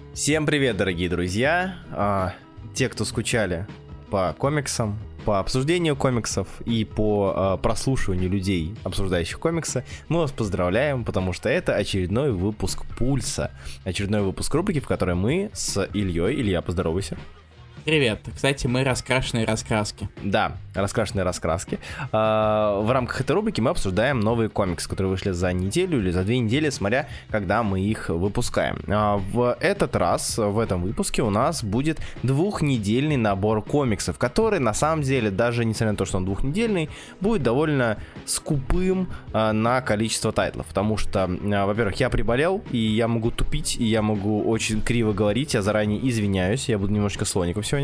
Всем привет, дорогие друзья! Те, кто скучали по комиксам, по обсуждению комиксов и по прослушиванию людей, обсуждающих комиксы, мы вас поздравляем, потому что это очередной выпуск Пульса. Очередной выпуск рубрики, в которой мы с Ильей. Илья, поздоровайся. Привет. Кстати, мы раскрашенные раскраски. Да, раскрашенные раскраски. В рамках этой рубрики мы обсуждаем новые комиксы, которые вышли за неделю или за 2 недели, смотря когда мы их выпускаем. В этот раз, в этом выпуске у нас будет 2-недельный набор комиксов, который на самом деле, даже несмотря на то, что он 2-недельный, будет довольно скупым на количество тайтлов. Потому что, во-первых, я приболел, и я могу тупить, и я могу очень криво говорить, я заранее извиняюсь, я буду немножечко слоником сегодня.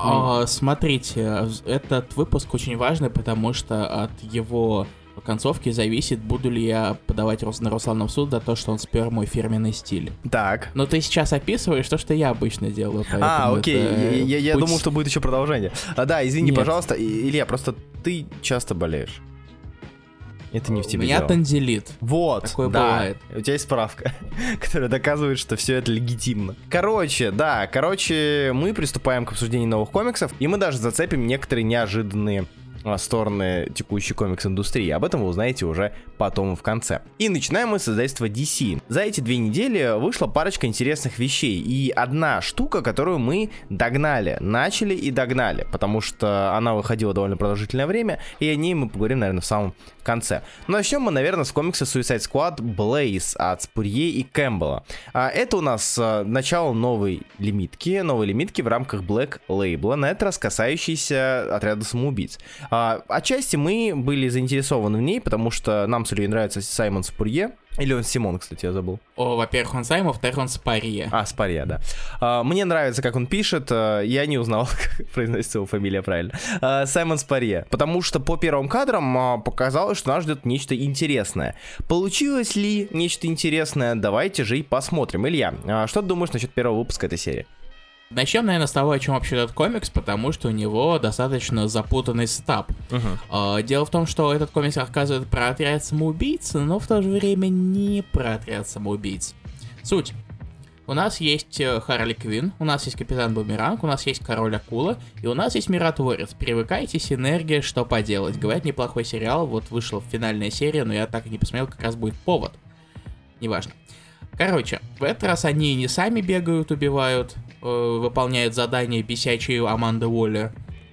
Смотрите, этот выпуск очень важный, потому что от его концовки зависит, буду ли я подавать на Руслана в суд за то, что он спер мой фирменный стиль. Так. Но ты сейчас описываешь то, что я обычно делаю. Окей, я думал, что будет еще продолжение. Да, извини, Нет. пожалуйста, Илья, просто ты часто болеешь. Это не в тебе У меня дело. танзелит. Вот, Такое да, бывает. у тебя есть справка, которая доказывает, что все это легитимно. Короче, мы приступаем к обсуждению новых комиксов, и мы даже зацепим некоторые неожиданные стороны текущей комикс-индустрии. Об этом вы узнаете уже потом в конце. И начинаем мы с издательства DC. За эти 2 недели вышла парочка интересных вещей. И одна штука, которую мы начали и догнали. Потому что она выходила довольно продолжительное время. И о ней мы поговорим, наверное, в самом конце. Но начнем мы, наверное, с комикса Suicide Squad Blaze от Спурье и Кэмпбелла. Это у нас начало новой лимитки в рамках Black Label, на этот раз касающейся отряда самоубийц. Отчасти мы были заинтересованы в ней, потому что нам с Ильей нравится Саймон Спурье. Или он Симон, кстати, я забыл. Во-первых, он Саймон, во-вторых, он Спарье. Спарье, да. Мне нравится, как он пишет. Я не узнал, как произносится его фамилия правильно. Саймон Спарье. Потому что по первым кадрам показалось, что нас ждет нечто интересное. Получилось ли нечто интересное? Давайте же и посмотрим. Илья, что ты думаешь насчет первого выпуска этой серии? Начнем, наверное, с того, о чем вообще этот комикс, потому что у него достаточно запутанный сетап. Дело в том, что этот комикс рассказывает про отряд самоубийц, но в то же время не про отряд самоубийц. Суть. У нас есть Харли Квинн, у нас есть Капитан Бумеранг, у нас есть Король Акула, и у нас есть Миротворец. Привыкайте, синергия, что поделать. Говорят, неплохой сериал, вот вышла финальная серия, но я так и не посмотрел, как раз будет повод. Неважно. Короче, в этот раз они не сами бегают, убивают, выполняют задания бесячие Аманды Уоллер,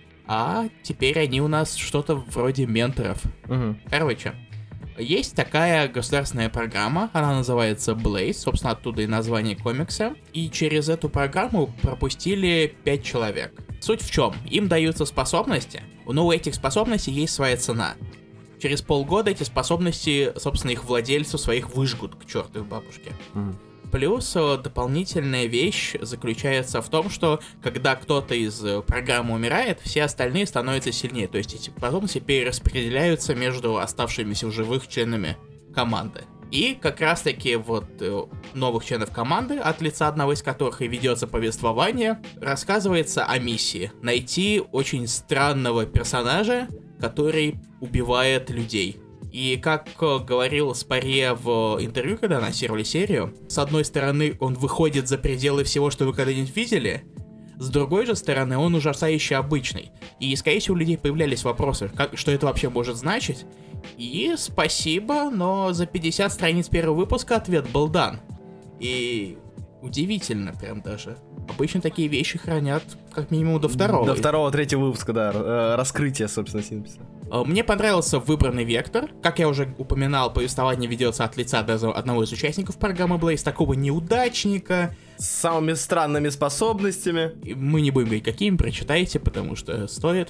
а теперь они у нас что-то вроде менторов. Короче, есть такая государственная программа, она называется Blaze, собственно, оттуда и название комикса, и через эту программу пропустили 5 человек. Суть в чем? Им даются способности, но у этих способностей есть своя цена. Через полгода эти способности, собственно, их владельцу своих выжгут к чертовой бабушке. Плюс дополнительная вещь заключается в том, что когда кто-то из программы умирает, все остальные становятся сильнее. То есть эти способности перераспределяются между оставшимися в живых членами команды. И как раз-таки новых членов команды, от лица одного из которых и ведется повествование, рассказывается о миссии. Найти очень странного персонажа, который убивает людей. И как говорил Спарье в интервью, когда анонсировали серию, с одной стороны, он выходит за пределы всего, что вы когда-нибудь видели, с другой же стороны, он ужасающе обычный. И, скорее всего, у людей появлялись вопросы, что это вообще может значить. И спасибо, но за 50 страниц первого выпуска ответ был дан. И удивительно прям даже. Обычно такие вещи хранят как минимум до второго. До второго, третьего выпуска, да, раскрытие, собственно, синопсиса. Мне понравился выбранный вектор. Как я уже упоминал, повествование ведется от лица даже одного из участников программы Blaze, такого неудачника. С самыми странными способностями. Мы не будем говорить, какими, прочитайте, потому что стоит.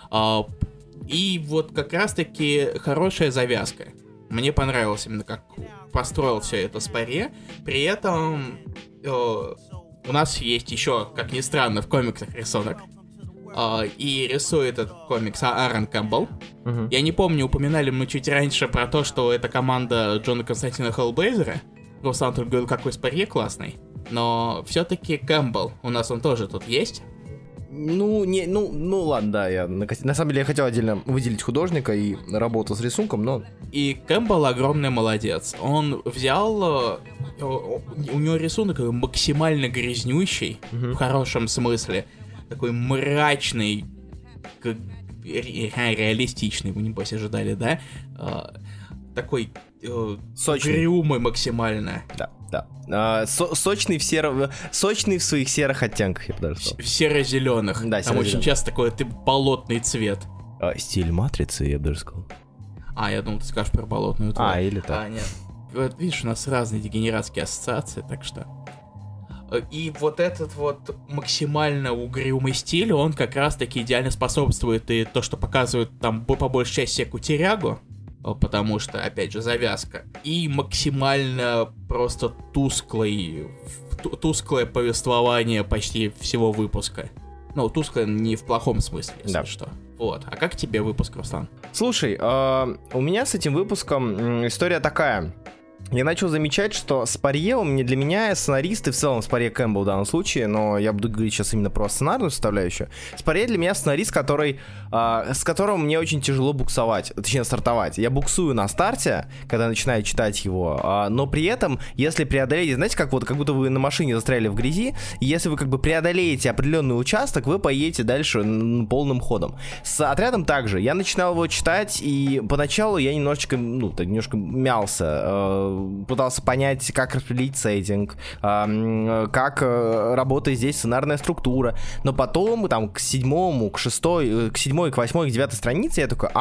И вот как раз-таки хорошая завязка. Мне понравилось именно, как построил все это Спарье. При этом у нас есть еще, как ни странно, в комиксах рисунок. И рисует этот комикс Аарон Кэмпбелл. Я не помню, упоминали мы чуть раньше про то, что это команда Джона Константина Хеллблейзера. Руслан только говорил, какой Спарье классный. Но все-таки Кэмпбелл, у нас он тоже тут есть. Ну ладно, да, я на самом деле я хотел отдельно выделить художника и работу с рисунком, но... И Кэмпбелл огромный молодец. Он взял у него рисунок такой максимально грязнющий, в хорошем смысле, такой мрачный, реалистичный, вы небось ожидали, да? Такой угрюмый максимально. Да. Сочный в своих серых оттенках, я бы даже сказал. В серо-зеленых. Да, там очень часто такой болотный цвет. Стиль матрицы, я бы даже сказал. Я думал, ты скажешь про болотную тварь. Или так. Нет. Вот видишь, у нас разные дегенератские ассоциации, так что... И вот этот вот максимально угрюмый стиль, он как раз-таки идеально способствует и то, что показывает там по большей части Кутерягу, потому что, опять же, завязка, и максимально просто тусклое повествование почти всего выпуска. Ну, тусклое не в плохом смысле, если что. Вот. А как тебе выпуск, Руслан? Слушай, у меня с этим выпуском история такая. Я начал замечать, что Спарье для меня сценарист, и в целом Спарье Кэмпбелл в данном случае, но я буду говорить сейчас именно про сценарную составляющую. Спарье для меня сценарист, с которым мне очень тяжело буксовать, точнее стартовать. Я буксую на старте, когда начинаю читать его, но при этом, если преодолеете, знаете, как будто вы на машине застряли в грязи, и если вы как бы преодолеете определенный участок, вы поедете дальше полным ходом. С отрядом также. Я начинал его читать, и поначалу я немножечко мялся, пытался понять, как распределить сеттинг, как работает здесь сценарная структура, но потом там к 7, к 6, к 7, к 8, к 9 странице я такой,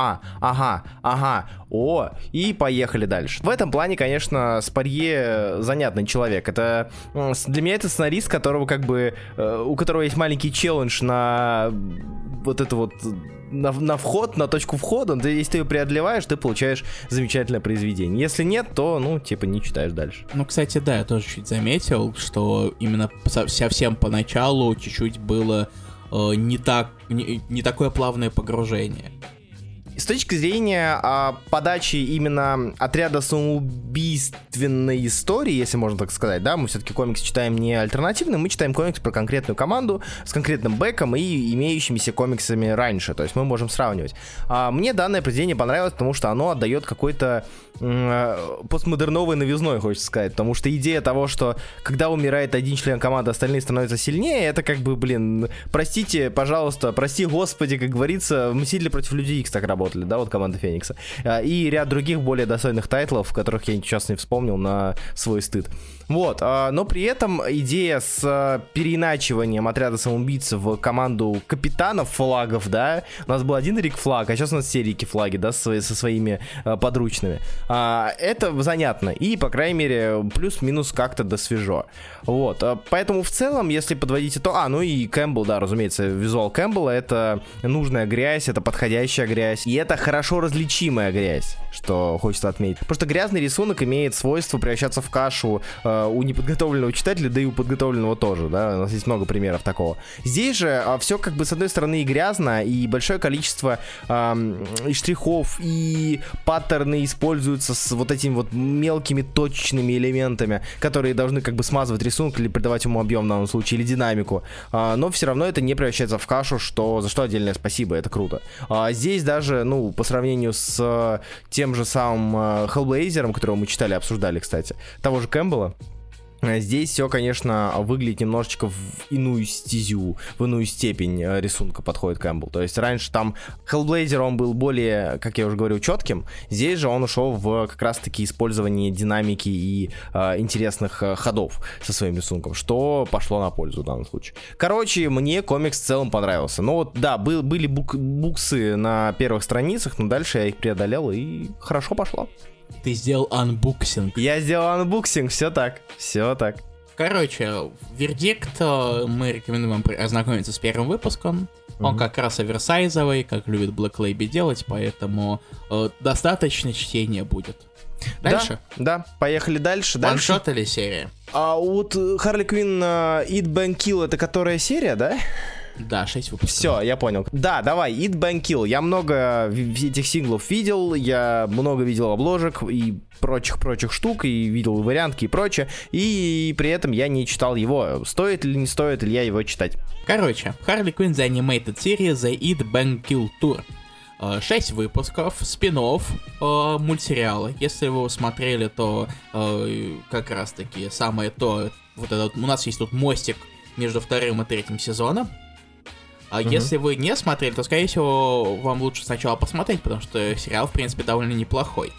и поехали дальше. В этом плане, конечно, Спарье занятный человек. Это для меня это сценарист, у которого есть маленький челлендж на вот это вот на вход, на точку входа. Если ты ее преодолеваешь, ты получаешь замечательное произведение. Если нет, то, не читаешь дальше. Кстати, да, я тоже чуть заметил, что именно совсем поначалу чуть-чуть было не такое плавное погружение. С точки зрения подачи именно отряда самоубийственной истории, если можно так сказать, да, мы все-таки комикс читаем не альтернативный, мы читаем комикс про конкретную команду с конкретным бэком и имеющимися комиксами раньше, то есть мы можем сравнивать. Мне данное произведение понравилось, потому что оно отдает какой-то постмодерновой новизной, хочется сказать, потому что идея того, что когда умирает один член команды, остальные становятся сильнее, это простите, пожалуйста, прости господи, как говорится, Мстители против Людей Икс так работали, да, вот команда Феникса, и ряд других более достойных тайтлов, которых я сейчас не вспомнил на свой стыд. Вот, но при этом идея с переиначиванием отряда самоубийц в команду капитанов флагов, да, у нас был один Рик Флаг, а сейчас у нас все Рики Флаги, да, со своими подручными. Это занятно, и, по крайней мере, плюс-минус как-то досвежо. Вот, поэтому в целом, если подводить итог, и Кэмпбелл, да, разумеется, визуал Кэмпбелла — это нужная грязь, это подходящая грязь, и это хорошо различимая грязь, что хочется отметить. Потому что грязный рисунок имеет свойство превращаться в кашу у неподготовленного читателя, да и у подготовленного тоже, да, у нас есть много примеров такого. Здесь же все с одной стороны и грязно, и большое количество и штрихов, и паттерны используются с вот этими вот мелкими точечными элементами, которые должны смазывать рисунок или придавать ему объем в данном случае, или динамику, но все равно это не превращается в кашу, за что отдельное спасибо, это круто. Здесь даже, по сравнению с тем же самым Hellblazer, которого мы читали, обсуждали, кстати, того же Кэмпбелла, здесь все, конечно, выглядит немножечко в иную стезю, в иную степень рисунка подходит Кэмпбелл. То есть раньше там Hellblazer, он был более, как я уже говорил, четким. Здесь же он ушел в как раз-таки использование динамики и интересных ходов со своим рисунком, что пошло на пользу в данном случае. Короче, мне комикс в целом понравился. Были буксы на первых страницах, но дальше я их преодолел, и хорошо пошло. Ты сделал анбуксинг. Я сделал анбуксинг, все так. Короче, вердикт, мы рекомендуем вам ознакомиться с первым выпуском. Он как раз оверсайзовый, как любит Black Label делать, поэтому достаточно чтения будет. Дальше? Да, поехали дальше. Ваншот или серия? Вот Харли Квинн Eat Bang Kill — это которая серия, да? Да, 6 выпусков. Все, я понял. Да, давай, Eat Bang Kill. Я много этих синглов видел, я много видел обложек и прочих штук, и видел вариантки и прочее, и при этом я не читал его. Стоит или не стоит ли я его читать? Короче, Harley Quinn The Animated Series The Eat Bang Kill Tour. 6 выпусков, спин-офф мультсериала. Если вы его смотрели, то как раз-таки самое то, вот этот, у нас есть тут мостик между 2-м и 3-м сезоном. А если вы не смотрели, то, скорее всего, вам лучше сначала посмотреть, потому что сериал, в принципе, довольно неплохой.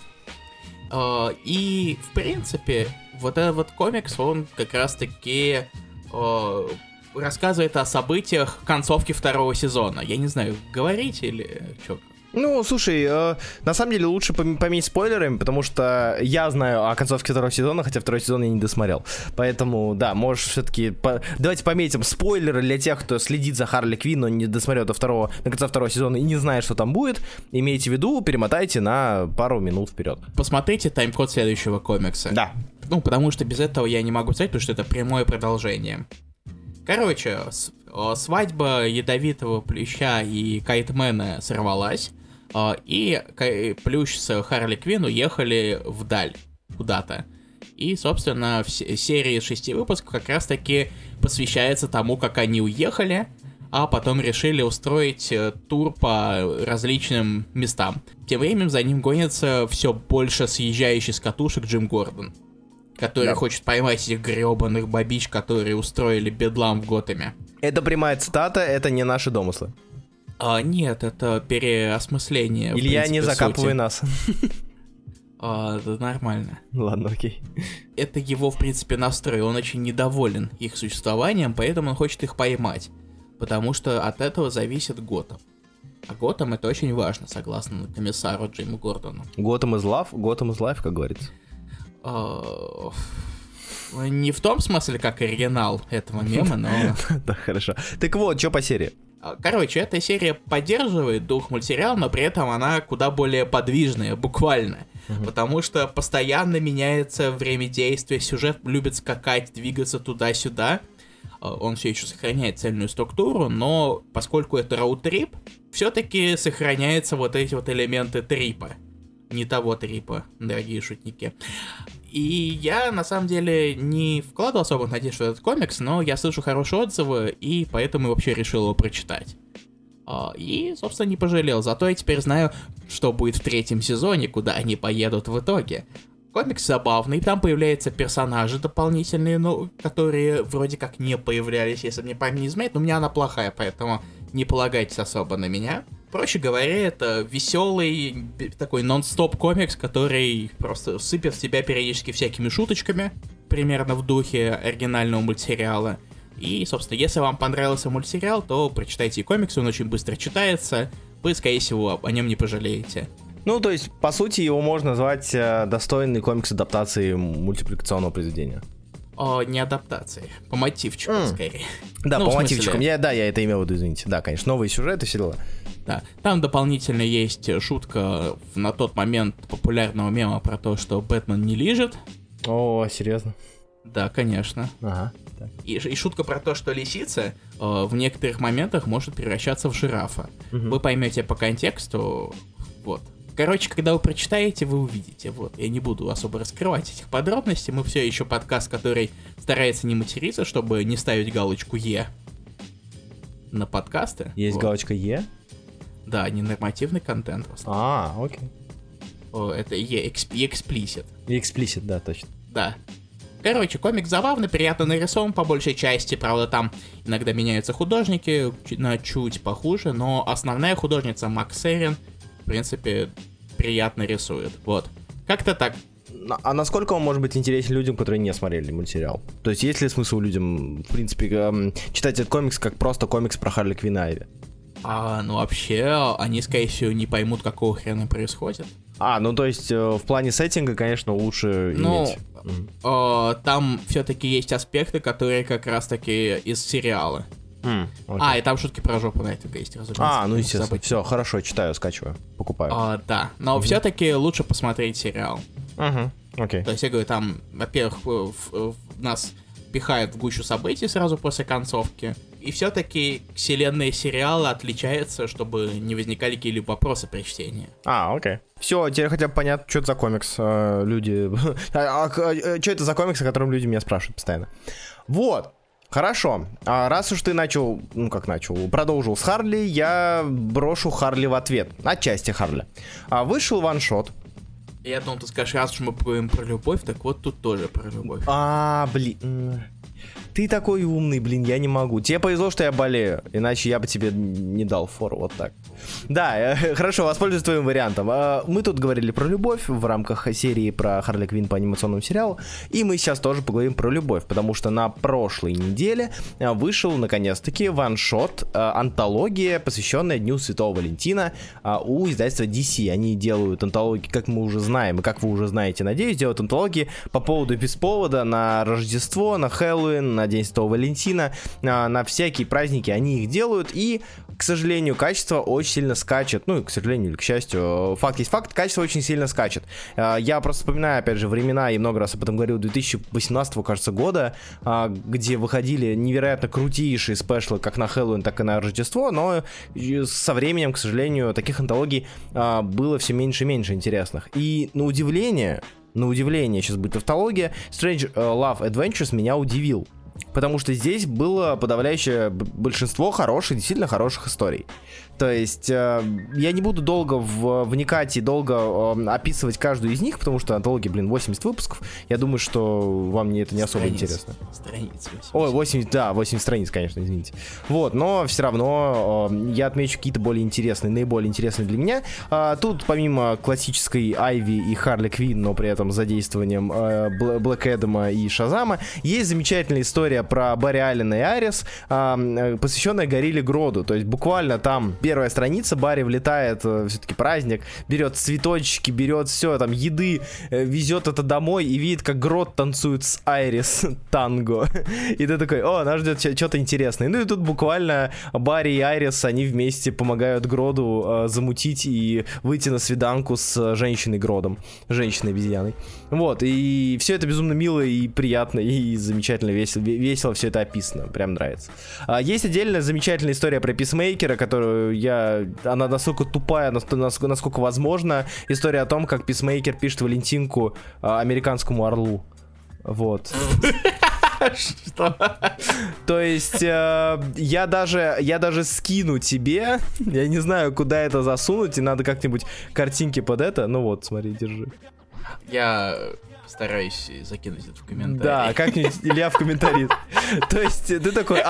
И, в принципе, вот этот вот комикс, он как раз-таки рассказывает о событиях концовки 2-го сезона. Я не знаю, говорить или что? Ну, слушай, на самом деле лучше поменять спойлерами, потому что я знаю о концовке 2-го сезона, хотя 2-й сезон я не досмотрел. Поэтому, да, можешь все-таки... Давайте пометим спойлеры для тех, кто следит за Харли Квинн, но не досмотрел до конца 2-го сезона и не знает, что там будет. Имейте в виду, перемотайте на пару минут вперед. Посмотрите тайм-код следующего комикса. Да. Ну, потому что без этого я не могу сказать, потому что это прямое продолжение. Короче, свадьба ядовитого плюща и Кайтмена сорвалась, и Плющ с Харли Квинн уехали вдаль куда-то. И, собственно, серия из 6 выпусков как раз-таки посвящается тому, как они уехали, а потом решили устроить тур по различным местам. Тем временем за ним гонится все больше съезжающий с катушек Джим Гордон, который хочет поймать этих гребаных бабич, которые устроили бедлам в Готэме. Это прямая цитата, это не наши домыслы. Нет, это переосмысление. Илья, не закапывай нас. Это нормально. Ладно, окей. Это его, в принципе, настрой. Он очень недоволен их существованием, поэтому он хочет их поймать. Потому что от этого зависит Готэм. А Готэм — это очень важно, согласно комиссару Джиму Гордону. Готэм is life, как говорится. Не в том смысле, как оригинал этого мема, но... Да, хорошо. Так вот, что по серии? Короче, эта серия поддерживает дух мультсериала, но при этом она куда более подвижная, буквально. Потому что постоянно меняется время действия, сюжет любит скакать, двигаться туда-сюда. Он все еще сохраняет цельную структуру, но поскольку это роуд-трип, все-таки сохраняются вот эти вот элементы трипа. Не того трипа, дорогие шутники. И я, на самом деле, не вкладывал особо надежд в этот комикс, но я слышу хорошие отзывы, и поэтому вообще решил его прочитать. И, собственно, не пожалел. Зато я теперь знаю, что будет в 3-м сезоне, куда они поедут в итоге. Комикс забавный, там появляются персонажи дополнительные, но которые вроде как не появлялись, если мне память не изменяет, но у меня она плохая, поэтому не полагайтесь особо на меня. Проще говоря, это веселый такой нон-стоп комикс, который просто сыпет в тебя периодически всякими шуточками, примерно в духе оригинального мультсериала. И, собственно, если вам понравился мультсериал, то прочитайте и комикс, он очень быстро читается, вы, скорее всего, о нем не пожалеете. Ну, то есть, по сути, его можно назвать достойный комикс адаптации мультипликационного произведения. Не адаптации, по мотивчику, скорее. Да, по мотивчикам. Я это имел в виду, извините. Да, конечно, новые сюжеты, все дела. Да, там дополнительно есть шутка на тот момент популярного мема про то, что Бэтмен не лижет. О, серьезно? Да, конечно. Ага. Так. И шутка про то, что лисица в некоторых моментах может превращаться в жирафа. Вы поймете по контексту, вот. Короче, когда вы прочитаете, вы увидите. Вот, я не буду особо раскрывать этих подробностей. Мы все еще подкаст, который старается не материться, чтобы не ставить галочку «Е» на подкасты. Есть вот. Галочка «Е»? Да, ненормативный контент. Окей. Это explicit. Explicit, да, точно. Да. Короче, комикс забавный, приятно нарисован по большей части. Правда, там иногда меняются художники на чуть похуже, но основная художница Макс Эрин, в принципе, приятно рисует. Вот. Как-то так. А насколько он может быть интересен людям, которые не смотрели мультсериал? То есть есть ли смысл людям, в принципе, читать этот комикс как просто комикс про Харли Квинн и Айви? Ну вообще, они, скорее всего, не поймут, какого хрена происходит. Ну то есть в плане сеттинга, конечно, лучше иметь. Там все-таки есть аспекты, которые как раз-таки из сериала. И там шутки про жопу Найтвига есть, разумеется. Ну естественно. Все, хорошо, читаю, скачиваю, покупаю. Да, но все-таки лучше посмотреть сериал. Окей. То есть я говорю, там, во-первых, нас пихают в гущу событий сразу после концовки. И все-таки вселенная сериала отличается, чтобы не возникали какие-либо вопросы при чтении. Окей. Все, теперь хотя бы понятно, что это за комикс. Люди... Что это за комикс, о котором люди меня спрашивают постоянно. Вот. Хорошо. А раз уж ты продолжил с Харли, я брошу Харли в ответ. Отчасти Харли. Вышел ваншот. Я думал, ты скажешь, раз уж мы поговорим про любовь, так вот тут тоже про любовь. Блин. Ты такой умный, блин, я не могу. Тебе повезло, что я болею, иначе я бы тебе не дал фору, вот так. Да, хорошо, воспользуюсь твоим вариантом. Мы тут говорили про любовь в рамках серии про Харли Квинн по анимационному сериалу, и мы сейчас тоже поговорим про любовь, потому что на прошлой неделе вышел, наконец-таки, ваншот, антология, посвященная Дню Святого Валентина у издательства DC. Они делают антологии, как мы уже знаем, и как вы уже знаете, надеюсь, делают антологии по поводу и без повода на Рождество, на Хэллоуин, на День Святого Валентина, на всякие праздники они их делают, и, к сожалению, качество очень сильно скачет. Ну, к сожалению или к счастью, факт есть факт, качество очень сильно скачет. Я просто вспоминаю, опять же, времена, и много раз об этом говорил, 2018, кажется, года, где выходили невероятно крутейшие спешлы, как на Хэллоуин, так и на Рождество, но со временем, к сожалению, таких антологий было все меньше и меньше интересных. И на удивление, сейчас будет тавтология, Strange Love Adventures меня удивил. Потому что здесь было подавляющее большинство хороших, действительно хороших историй. То есть я не буду долго вникать и долго описывать каждую из них, потому что антология, 80 выпусков. Я думаю, что вам это не особо интересно. Страниц 80. Ой, 80 страниц, конечно, извините. Вот, но все равно я отмечу какие-то более интересные, наиболее интересные для меня. Тут помимо классической Айви и Харли Квинн, но при этом с задействованием Блэк Эдама и Шазама, есть замечательная история про Барри Аллена и Арис, посвященная Горилле Гроду. То есть буквально там первая страница, Барри влетает, все-таки праздник, берет цветочки, берет все, там, еды, везет это домой и видит, как Грод танцует с Айрис танго. И ты такой, нас ждет что-то интересное. Ну и тут буквально Барри и Айрис, они вместе помогают Гроду замутить и выйти на свиданку с женщиной-гродом, женщиной-обезьяной. Вот, и все это безумно мило и приятно, и замечательно, весело все это описано, прям нравится. Есть отдельная замечательная история про Писмейкера, которую она настолько тупая, насколько возможно. История о том, как Писмейкер пишет Валентинку американскому орлу. Вот. Что? То есть я даже скину тебе, я не знаю, куда это засунуть, и надо как-нибудь картинки под это. Ну вот, смотри, держи. Я стараюсь закинуть это в комментарии. Да, как-нибудь Илья в комментарии. То есть ты такой,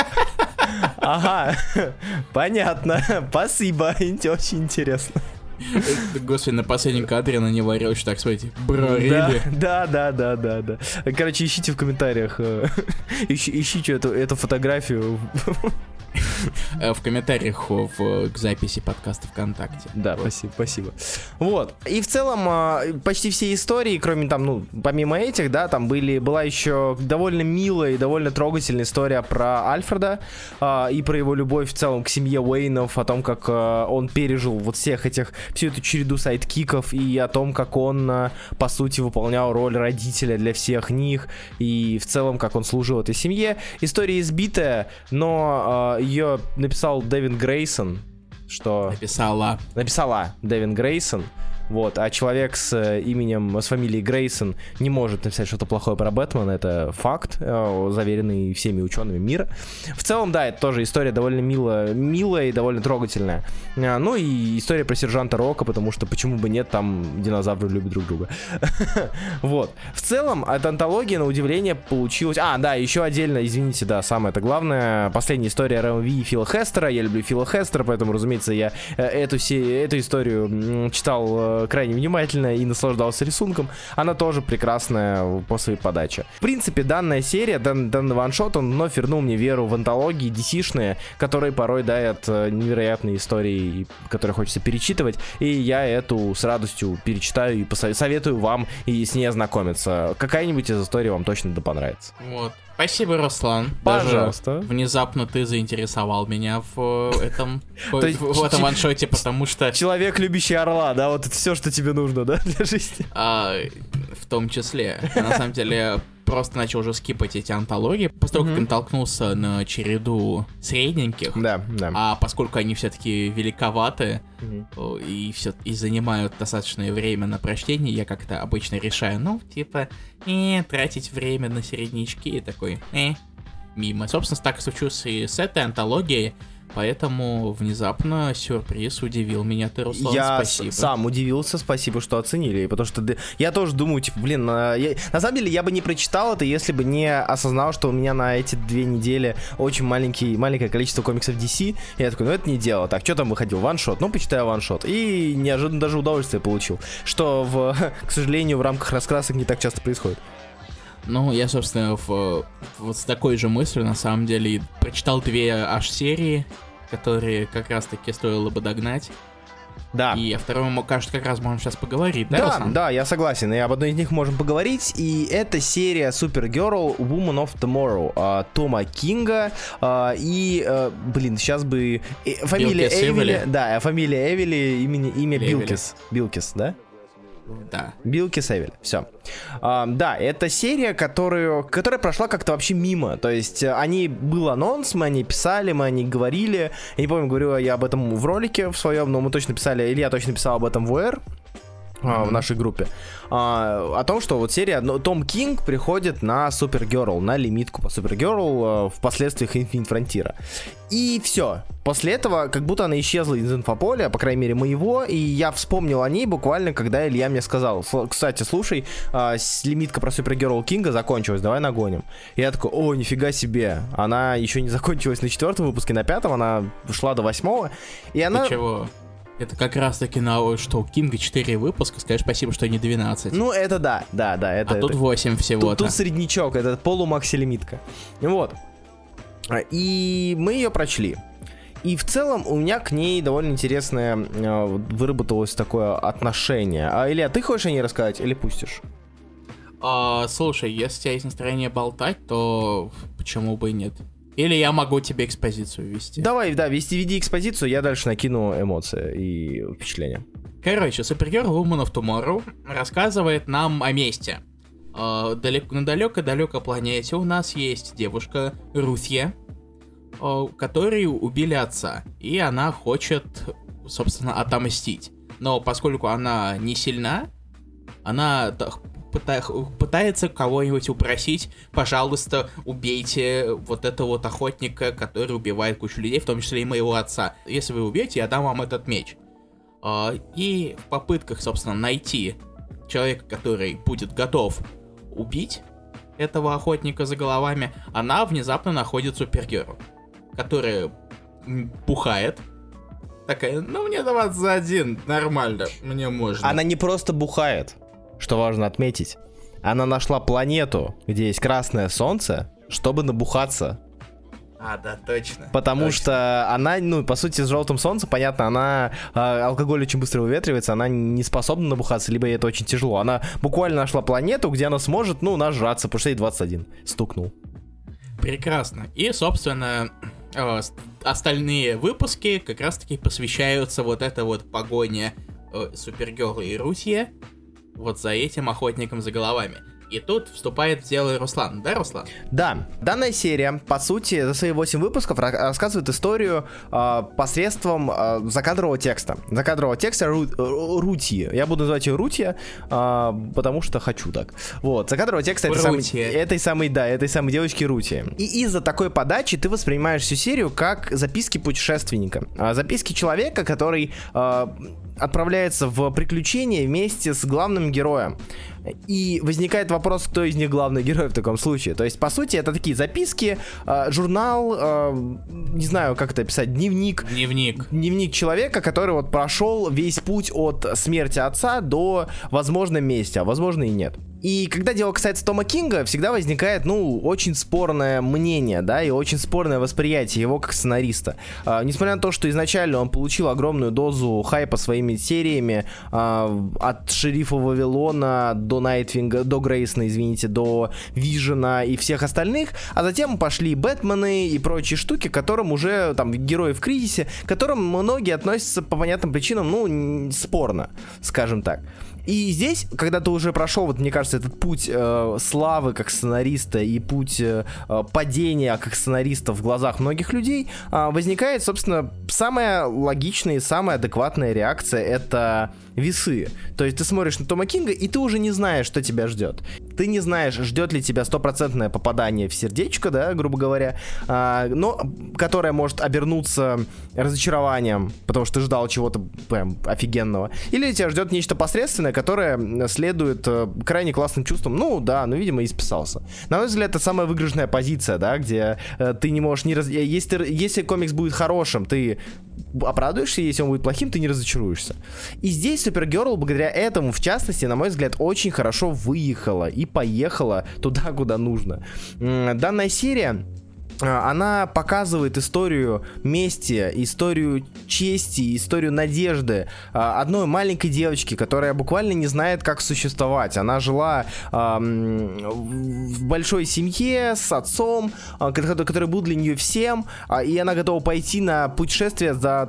ага, понятно, спасибо, очень интересно. Господи, на последнем кадре на него орёшь, так, смотрите, брорили. Да. Короче, ищите в комментариях, ищите эту фотографию. В комментариях к записи подкаста ВКонтакте. Да, вот. Спасибо. Вот. И в целом почти все истории, кроме там, помимо этих, да, там была еще довольно милая и довольно трогательная история про Альфреда и про его любовь в целом к семье Уэйнов, о том, как он пережил вот всю эту череду сайдкиков, и о том, как он, по сути, выполнял роль родителя для всех них, и в целом, как он служил этой семье. История избитая, но ее написал Дэвин Грейсон, что... Написала Дэвин Грейсон. Вот, а человек с фамилией Грейсон не может написать что-то плохое про Бэтмена, это факт, заверенный всеми учеными мира. В целом, да, это тоже история довольно милая и довольно трогательная. Ну и история про сержанта Рока, потому что почему бы нет, там динозавры любят друг друга. Вот. В целом, эта антология, на удивление, получилась... да, еще отдельно, извините, да, самое-то главное, последняя история РМВ и Фила Хестера. Я люблю Фила Хестера, поэтому, разумеется, я эту историю читал крайне внимательно и наслаждался рисунком. Она тоже прекрасная по своей подаче. В принципе, данная серия, данный ваншот, он вновь вернул мне веру в антологии DC-шные, которые порой дают невероятные истории, которые хочется перечитывать, и я эту с радостью перечитаю и советую вам и с ней ознакомиться. Какая-нибудь из историй вам точно да понравится. Вот. Спасибо, Руслан. Пожалуйста. Даже внезапно ты заинтересовал меня в этом ваншоте, потому что... Человек, любящий орла, да? Вот это все, что тебе нужно, да, для жизни? В том числе. На самом деле, просто начал уже скипать эти антологии, после того, как натолкнулся на череду средненьких. Да. А поскольку они все-таки великоваты и занимают достаточное время на прочтение, я как-то обычно решаю, тратить время на среднячки и такой, мимо. Собственно, так и случилось и с этой антологией. Поэтому внезапно сюрприз удивил меня. Ты, Руслан, спасибо. Я сам удивился, спасибо, что оценили. Потому что я тоже думаю, типа, блин, на самом деле я бы не прочитал это, если бы не осознал, что у меня на эти 2 недели очень маленькое количество комиксов DC. И я такой, ну это не дело. Так, что там выходил? Ваншот? Ну, почитаю ваншот. И неожиданно даже удовольствие получил. Что, к сожалению, в рамках раскрасок не так часто происходит. Ну, я, собственно, вот с такой же мыслью, на самом деле, прочитал 2 аж серии, которые как раз-таки стоило бы догнать. Да. И о втором, кажется, как раз можем сейчас поговорить, да, Руслан? Да, я согласен, и об одной из них можем поговорить, и это серия Supergirl Woman of Tomorrow Тома Кинга, сейчас бы... Фамилия Эвели, да, фамилия Эвели, имя Билкис, да? Да. Билкис Эвель, все. Да, это серия, которая прошла как-то вообще мимо. То есть, был анонс, мы о ней писали, мы о ней говорили. Я не помню, говорю я об этом в ролике в своем, но мы точно писали, или я точно писал об этом в УР. В нашей группе, о том, что вот серия Том Кинг приходит на Супергерл, на лимитку по Супергерл в последствиях Infinite Frontier. И все. После этого как будто она исчезла из инфополя, по крайней мере моего, и я вспомнил о ней буквально, когда Илья мне сказал: кстати, слушай, лимитка про Супергерл Кинга закончилась, давай нагоним. И я такой: о, нифига себе, она еще не закончилась на 4-м выпуске, на 5-м она шла до 8-го, и она... Ты чего? Это как раз таки на что, Кинга 4 выпуска, скажи спасибо, что не 12. Ну, это да, это... А тут 8 всего-то. Тут среднячок, это полумакси-лимитка. Вот. И мы ее прочли. И в целом у меня к ней довольно интересное выработалось такое отношение. Илья, ты хочешь о ней рассказать или пустишь? Слушай, если у тебя есть настроение болтать, то почему бы и нет? Или я могу тебе экспозицию вести. Давай, да, веди экспозицию, я дальше накину эмоции и впечатления. Короче, Supergirl Woman of Tomorrow рассказывает нам о месте. На далекой-далекой планете у нас есть девушка Рутье, которой убили отца. И она хочет, собственно, отомстить. Но поскольку она не сильна, она... пытается кого-нибудь упросить: пожалуйста, убейте вот этого вот охотника, который убивает кучу людей, в том числе и моего отца. Если вы убьете, я дам вам этот меч. И в попытках, собственно, найти человека, который будет готов убить этого охотника за головами, она внезапно находит Супергерл, которая бухает. Такая: ну мне 21, нормально, мне можно. Она не просто бухает. Что важно отметить, она нашла планету, где есть красное солнце, чтобы набухаться. Да, точно. Потому что она, по сути, с желтым солнцем, понятно, алкоголь очень быстро выветривается, она не способна набухаться, либо ей это очень тяжело. Она буквально нашла планету, где она сможет, нажраться, потому что ей 21 стукнул. Прекрасно. И, собственно, остальные выпуски как раз-таки посвящаются вот этой вот погоне Супергерл и Рутье вот за этим охотником за головами. И тут вступает в дело Руслан. Да, Руслан? Да. Данная серия, по сути, за свои 8 выпусков рассказывает историю посредством закадрового текста. Закадрового текста Рутье. Я буду называть ее Рутье, потому что хочу так. Вот. Закадрового текста этой самой девочки Рутье. И из-за такой подачи ты воспринимаешь всю серию как записки путешественника. Записки человека, который отправляется в приключения вместе с главным героем. И возникает вопрос, кто из них главный герой в таком случае. То есть, по сути, это такие записки, журнал, не знаю, как это описать, дневник человека, который вот прошел весь путь от смерти отца до возможной мести, а возможно и нет. И когда дело касается Тома Кинга, всегда возникает, очень спорное мнение, да, и очень спорное восприятие его как сценариста. Несмотря на то, что изначально он получил огромную дозу хайпа своими сериями, от Шерифа Вавилона до Найтвинга, до Грейсона, до Вижена и всех остальных, а затем пошли Бэтмены и прочие штуки, которым уже, герои в кризисе, к которым многие относятся по понятным причинам, спорно, скажем так. И здесь, когда ты уже прошел, мне кажется, этот путь славы как сценариста и путь падения как сценариста в глазах многих людей, возникает, собственно, самая логичная и самая адекватная реакция — это весы. То есть ты смотришь на Тома Кинга, и ты уже не знаешь, что тебя ждет. Ты не знаешь, ждет ли тебя 100% попадание в сердечко, да, грубо говоря, но которое может обернуться разочарованием, потому что ты ждал чего-то прям офигенного. Или тебя ждет нечто посредственное, которое следует крайне классным чувствам. Ну да, видимо, и списался. На мой взгляд, это самая выигрышная позиция, да, где ты не можешь если комикс будет хорошим, ты обрадуешься, если он будет плохим, ты не разочаруешься. И здесь Супергерл, благодаря этому, в частности, на мой взгляд, очень хорошо выехала и поехала туда, куда нужно. Данная серия, она показывает историю мести, историю чести, историю надежды одной маленькой девочки, которая буквально не знает, как существовать. Она жила в большой семье с отцом, который был для нее всем, и она готова пойти на путешествие за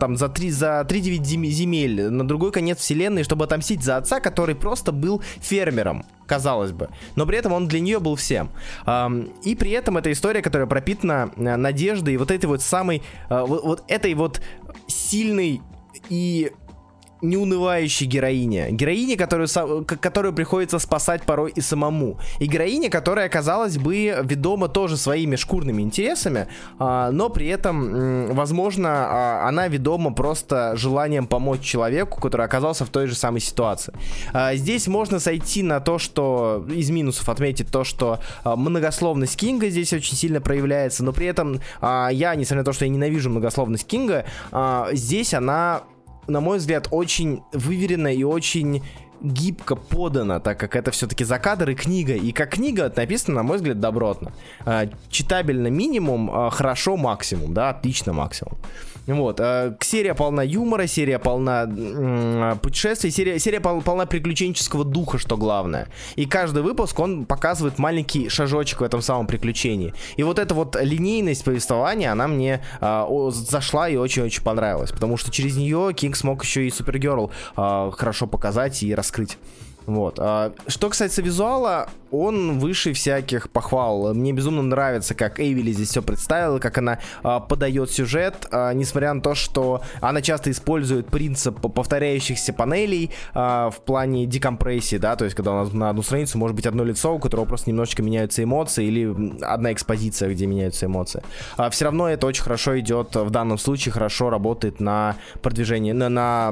3-9 земель на другой конец вселенной, чтобы отомстить за отца, который просто был фермером, казалось бы. Но при этом он для нее был всем. И при этом эта история, которая пропитана надеждой и вот этой вот самой, вот этой вот сильной и неунывающей героине, которую приходится спасать порой и самому. И героине, которая, казалось бы, ведома тоже своими шкурными интересами, но при этом, возможно, она ведома просто желанием помочь человеку, который оказался в той же самой ситуации. Здесь можно сойти на то, что из минусов отметить то, что многословность Кинга здесь очень сильно проявляется, но при этом я, несмотря на то, что я ненавижу многословность Кинга, здесь она, на мой взгляд, очень выверенно и очень гибко подано, так как это все-таки закадр и книга. И как книга написано, на мой взгляд, добротно. Читабельно минимум, хорошо максимум, да, отлично максимум. Вот, серия полна юмора, серия полна путешествий, серия полна приключенческого духа, что главное. И каждый выпуск, он показывает маленький шажочек в этом самом приключении. И вот эта вот линейность повествования, она мне зашла и очень-очень понравилась. Потому что через нее Кинг смог еще и Супергерл хорошо показать и раскрыть. Вот. Что касается визуала, он выше всяких похвал. Мне безумно нравится, как Эйвили здесь все представила, как она подает сюжет, несмотря на то, что она часто использует принцип повторяющихся панелей в плане декомпрессии, да, то есть когда у нас на одну страницу может быть одно лицо, у которого просто немножечко меняются эмоции, или одна экспозиция, где меняются эмоции. Все равно это очень хорошо идет, в данном случае хорошо работает на продвижение, на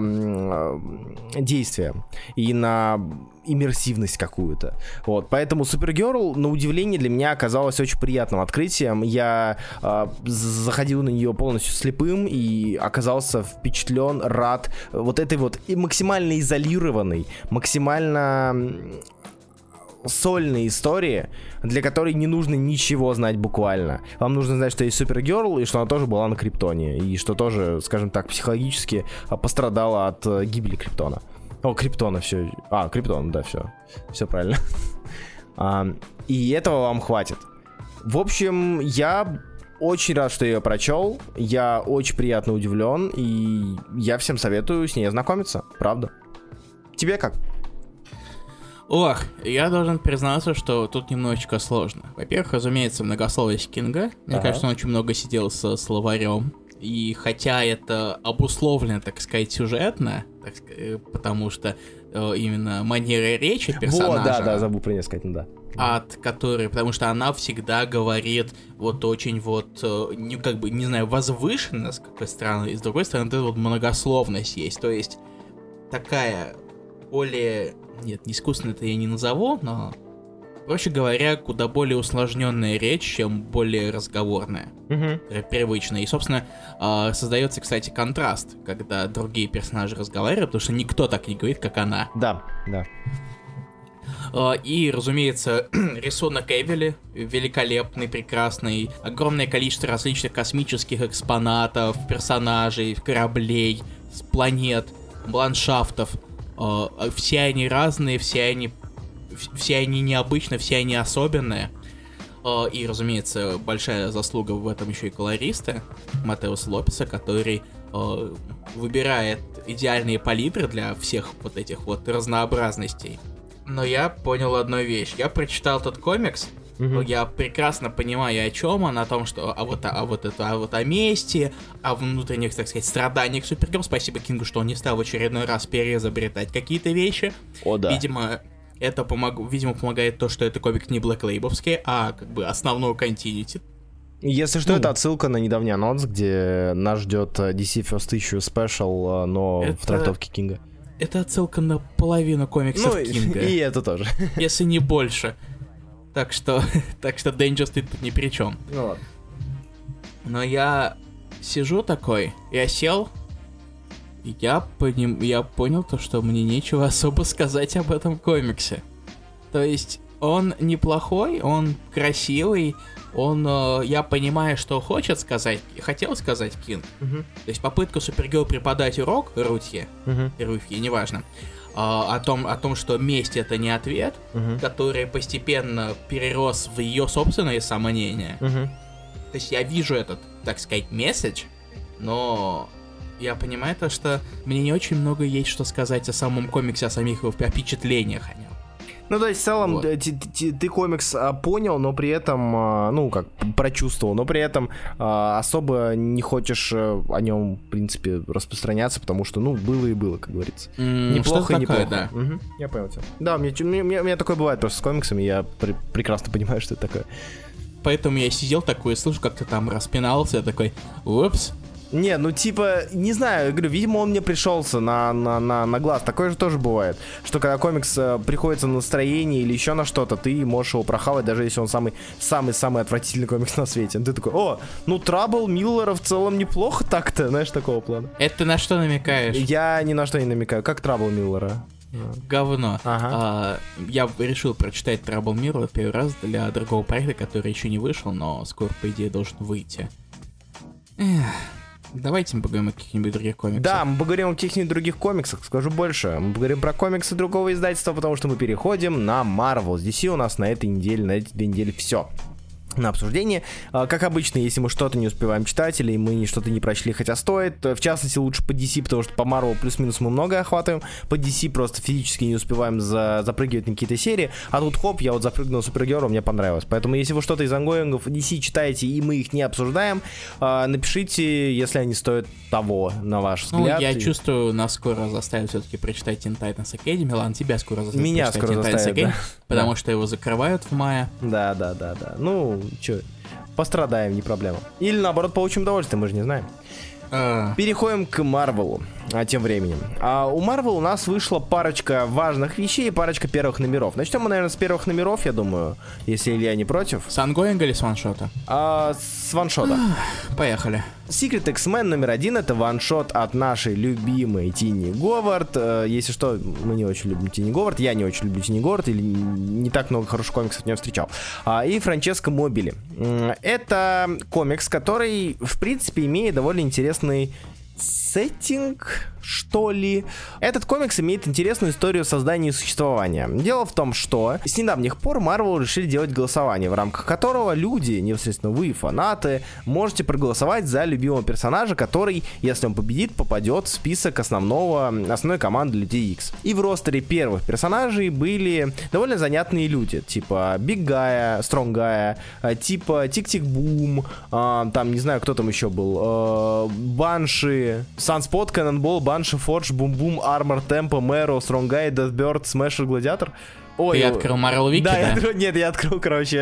действие и на иммерсивность какую-то. Вот, поэтому Супергерл, на удивление, для меня оказалась очень приятным открытием. Я заходил на нее полностью слепым и оказался впечатлен, рад вот этой вот и максимально изолированной, максимально сольной истории, для которой не нужно ничего знать буквально. Вам нужно знать, что есть Супергерл, и что она тоже была на Криптоне, и что тоже, скажем так, психологически пострадала от гибели Криптона. Криптона, все. Криптон, да, все правильно. И этого вам хватит. В общем, я очень рад, что я ее прочел. Я очень приятно удивлен, и я всем советую с ней ознакомиться, правда. Тебе как? Ох, я должен признаться, что тут немножечко сложно. Во-первых, разумеется, многословность Кинга. Мне кажется, он очень много сидел со словарем. И хотя это обусловлено, так сказать, сюжетно, потому что именно манера речи персонажа... Вот, да, забыл про нее сказать, да. От которой, потому что она всегда говорит вот очень вот, не знаю, возвышенно, с какой стороны, и с другой стороны, это вот многословность есть, то есть такая более... Нет, искусственно это я не назову, но... Проще говоря, куда более усложненная речь, чем более разговорная, привычная. И, собственно, создается, кстати, контраст, когда другие персонажи разговаривают, потому что никто так не говорит, как она. Да. И, разумеется, рисунок Эвели великолепный, прекрасный. Огромное количество различных космических экспонатов, персонажей, кораблей, планет, ландшафтов. Все они разные, все они необычные, все они особенные. И, разумеется, большая заслуга в этом еще и колориста Матеуса Лопеса, который выбирает идеальные палитры для всех вот этих вот разнообразностей. Но я понял одну вещь. Я прочитал этот комикс, Я прекрасно понимаю, о чем он, о том, что о мести, о внутренних, так сказать, страданиях Супергерл. Спасибо Кингу, что он не стал в очередной раз переизобретать какие-то вещи. О, да. Видимо, помогает то, что это комик не блэклейбовский, а как бы основной континьюти. Если что, это отсылка на недавний анонс, где нас ждет DC First Issue Special, но в трактовке Кинга. Это отсылка на половину комиксов Кинга. И это тоже. Если не больше. Так что Danger Street тут ни при чем. Ну ладно. Но я сижу такой, я сел, и я понял то, что мне нечего особо сказать об этом комиксе. То есть он неплохой, он красивый, я понимаю, что хотел сказать Кинг. То есть попытка Супергерл преподать урок Рутье, неважно, о том, что месть это не ответ, который постепенно перерос в ее собственное самомнение. То есть я вижу этот, так сказать, месседж, но я понимаю то, что мне не очень много есть что сказать о самом комиксе, о самих его впечатлениях о нем. Ну, то есть, в целом, вот. ты комикс понял, но при этом, прочувствовал, но при этом особо не хочешь о нем, в принципе, распространяться, потому что, было и было, как говорится. Неплохо и неплохо. Да. Я понял тебя. Да, у меня такое бывает просто с комиксами, я прекрасно понимаю, что это такое. Поэтому я сидел такой и слышу, как ты там распинался, я такой, упс. Не, не знаю, я говорю, видимо, он мне пришелся на глаз. Такое же тоже бывает, что когда комикс приходится на настроение или еще на что-то, ты можешь его прохавать, даже если он самый отвратительный комикс на свете. Ты такой, Трабл Миллера в целом неплохо так-то, знаешь, такого плана. Это ты на что намекаешь? Я ни на что не намекаю. Как Трабл Миллера? Говно. Ага. Я решил прочитать Trouble Mirror первый раз для другого проекта, который еще не вышел, но скоро, по идее, должен выйти. Давайте мы поговорим о каких-нибудь других комиксах. Да, мы поговорим о каких-нибудь других комиксах, скажу больше. Мы поговорим про комиксы другого издательства, потому что мы переходим на Marvel. С DC у нас на эти 2 недели все на обсуждение. Как обычно, если мы что-то не успеваем читать или мы что-то не прочли, хотя стоит, в частности, лучше по DC, потому что по Marvel плюс-минус мы много охватываем, по DC просто физически не успеваем запрыгивать на какие-то серии, а тут хоп, я запрыгнул Супергерл, мне понравилось. Поэтому, если вы что-то из ангоингов DC читаете и мы их не обсуждаем, напишите, если они стоят того, на ваш взгляд. Я чувствую, нас скоро заставят все-таки прочитать Teen Titans Academy. Ладно, тебя скоро заставят меня прочитать скоро Teen Titans заставят, Academy, потому что его закрывают в мае. Да. Чё, пострадаем, не проблема. Или наоборот, получим удовольствие, мы же не знаем. Переходим к Марвелу. Тем временем. У Marvel у нас вышла парочка важных вещей и парочка первых номеров. Начнем мы, наверное, с первых номеров, я думаю, если Илья не против. С ангоинга или с ваншота? С ваншота. Поехали. Secret X-Men номер 1 — это ваншот от нашей любимой Тини Говард. Если что, мы не очень любим Тини Говард. Я не очень люблю Тини Говард, или не так много хороших комиксов не встречал. И Франческо Мобили. Это комикс, который, в принципе, имеет довольно интересный сеттинг, что ли. Этот комикс имеет интересную историю создания и существования. Дело в том, что с недавних пор Marvel решили делать голосование, в рамках которого люди, непосредственно вы, фанаты, можете проголосовать за любимого персонажа, который, если он победит, попадет в список основной команды Людей Икс. И в ростере первых персонажей были довольно занятные люди, типа Биг Гая, Стронг Гая, типа Тик-Тик-Бум, там, не знаю, кто там еще был, Банши, Санспот, Кэннонбол, Банши, Фордж, Бум-Бум, Армор, Темпо, Мэро, Стронгай, Дэthберд, Смешер, Гладиатор. Ты открыл Marvel Wiki, да? Я открыл,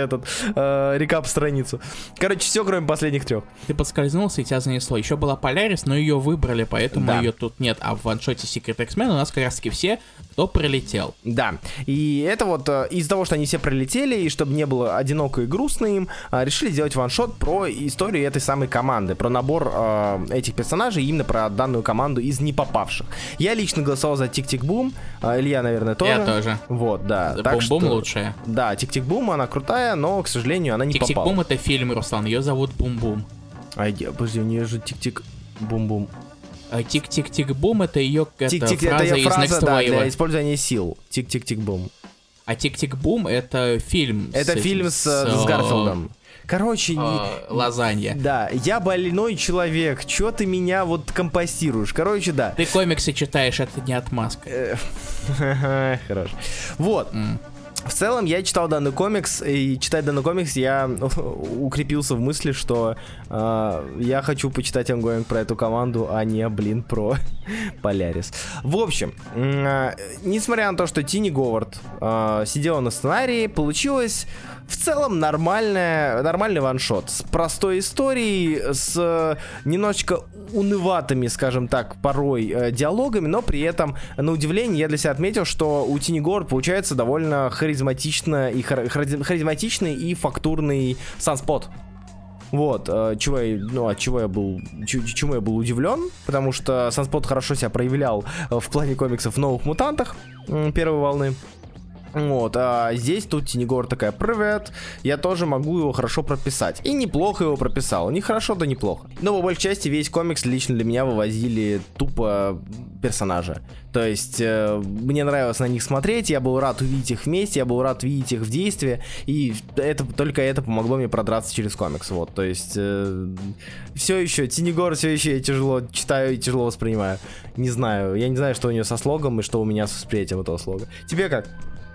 рекап-страницу. Короче, все, кроме последних 3. Ты подскользнулся, и тебя занесло. Еще была Полярис, но ее выбрали, поэтому ее тут нет. А в ваншоте Secret X-Men у нас как раз таки все, кто пролетел. Да, и это вот из-за того, что они все пролетели, и чтобы не было одиноко и грустно им, решили сделать ваншот про историю этой самой команды, про набор этих персонажей, именно про данную команду из не попавших. Я лично голосовал за Тик-Тик-Бум, Илья, наверное, тоже. Я тоже. Вот, да. Бум-Бум лучшая. Да, Тик-Тик-Бум, она крутая, но, к сожалению, она не попала. Тик-Тик-Бум — это фильм, Руслан, ее зовут Бум-Бум. Подожди, у нее же Тик-Тик-Бум-Бум. Тик-Тик-Тик-Бум — это ее фраза из Next Wave. Для использования сил. Тик-Тик-Тик-Бум. А Тик-Тик-Бум — это фильм. Это фильм с Гарфилдом. Короче, лазанья. Да, я больной человек. Чё ты меня вот компостируешь? Короче, да. Ты комиксы читаешь, это не отмазка. Хорош. Вот. В целом, я читал данный комикс, и читая данный комикс, я укрепился в мысли, что я хочу почитать ангоинг про эту команду, а не, про Полярис. В общем, несмотря на то, что Тини Говард сидела на сценарии, получилось в целом нормальный ваншот. С простой историей, с немножечко уныватыми, скажем так, порой диалогами, но при этом, на удивление, я для себя отметил, что у Тини Говард получается довольно харизматичный и фактурный санспот. Вот, чему я был удивлен, потому что санспот хорошо себя проявлял в плане комиксов в «Новых мутантах» первой волны. Вот, а здесь тут Тини Говард такая: привет, я тоже могу его хорошо прописать. И неплохо его прописал, не хорошо, да неплохо. Но по большей части весь комикс лично для меня вывозили тупо персонажа. То есть мне нравилось на них смотреть, я был рад увидеть их вместе, я был рад видеть их в действии, и только это помогло мне продраться через комикс. Вот, то есть все еще, Тини Говард все еще я тяжело читаю и тяжело воспринимаю. Не знаю, я не знаю, что у нее со слогом и что у меня с восприятием этого слога. Тебе как?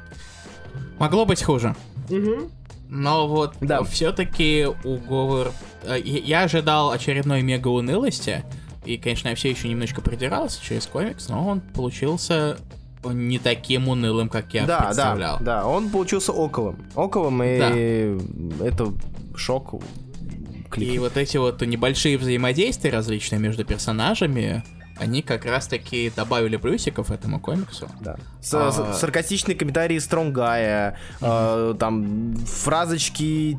Могло быть хуже. Угу. Но вот да. Все-таки у Говард... Я ожидал очередной мега-унылости. И, конечно, я все еще немножко придирался через комикс, но он получился не таким унылым, как я представлял. Да, он получился оковым, и это шок. И вот эти вот небольшие взаимодействия различные между персонажами, они как раз-таки добавили плюсиков этому комиксу. Да. Саркастичные комментарии Стронгая, там фразочки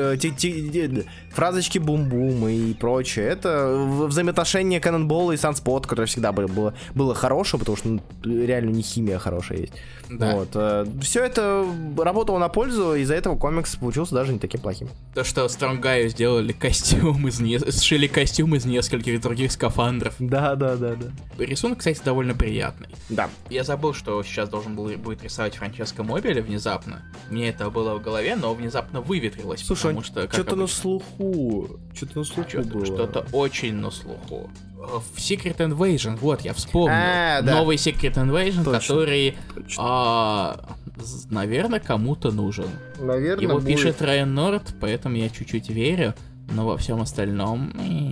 фразочки бум-бум и прочее. Это взаимоотношения Каннонболла и Санспот, которое всегда было хорошее, потому что реально не химия хорошая есть. Да. Вот. Все это работало на пользу, и из-за этого комикс получился даже не таким плохим. То, что Стронгаю сделали сшили костюм из нескольких других скафандров. Да. Рисунок, кстати, довольно приятный. Да. Я забыл, что сейчас должен будет рисовать Франческо Мобили внезапно. Мне это было в голове, но внезапно выветрилось. Слушай, потому что, что-то на слуху. Было. Что-то очень на слуху. В Secret Invasion, вот, я вспомнил. Новый Secret Invasion, который, наверное, кому-то нужен. Наверное, его пишет Райан Норд, поэтому я чуть-чуть верю, но во всем остальном...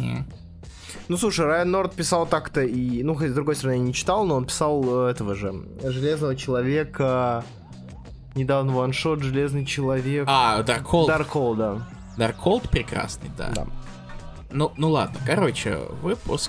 Ну, слушай, Райан Норд писал так-то и... Ну, хоть с другой стороны, я не читал, но он писал этого же Железного Человека... Недавно ваншот «Железный Человек». Даркхолд. Даркхолд, да. Даркхолд прекрасный, да. Ну ладно, короче, выпуск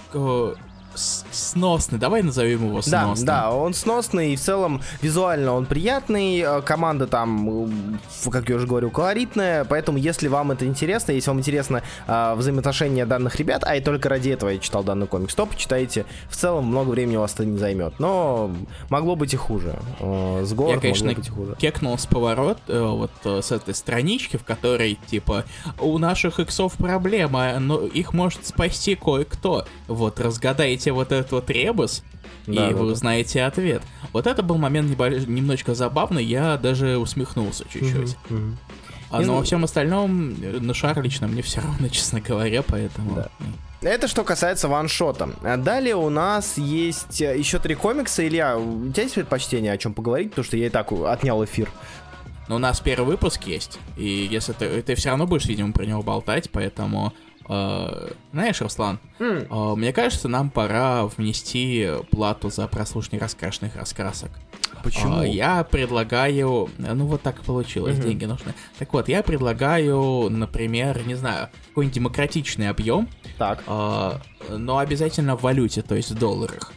сносный, давай назовем его сносным. Да, он сносный, и в целом визуально он приятный, команда там, как я уже говорю, колоритная, поэтому если вам это интересно, если вам интересно взаимоотношения данных ребят, а и только ради этого я читал данный комикс, то почитайте, в целом много времени у вас это не займет, но могло быть и хуже. С Говард я, конечно, могло быть и хуже. Кекнул с поворот вот с этой странички, в которой, типа, у наших иксов проблема, но их может спасти кое-кто. Вот, разгадайте вот этот вот ребус, и вы узнаете ответ. Вот это был момент немножечко забавный, я даже усмехнулся чуть-чуть. Но во всем остальном, на шар лично мне все равно, честно говоря, поэтому... Да. Это что касается ваншота. Далее у нас есть еще 3 комикса. Илья, у тебя есть предпочтение о чем поговорить? Потому что я и так отнял эфир. Но у нас первый выпуск есть, и если ты все равно будешь, видимо, про него болтать, поэтому... знаешь, Руслан, мне кажется, нам пора внести плату за прослушивание раскрашенных раскрасок. Почему? Я предлагаю... Ну, вот так получилось, деньги нужны. Так вот, я предлагаю, например, не знаю, какой-нибудь демократичный объем. Так. Но обязательно в валюте, то есть в долларах.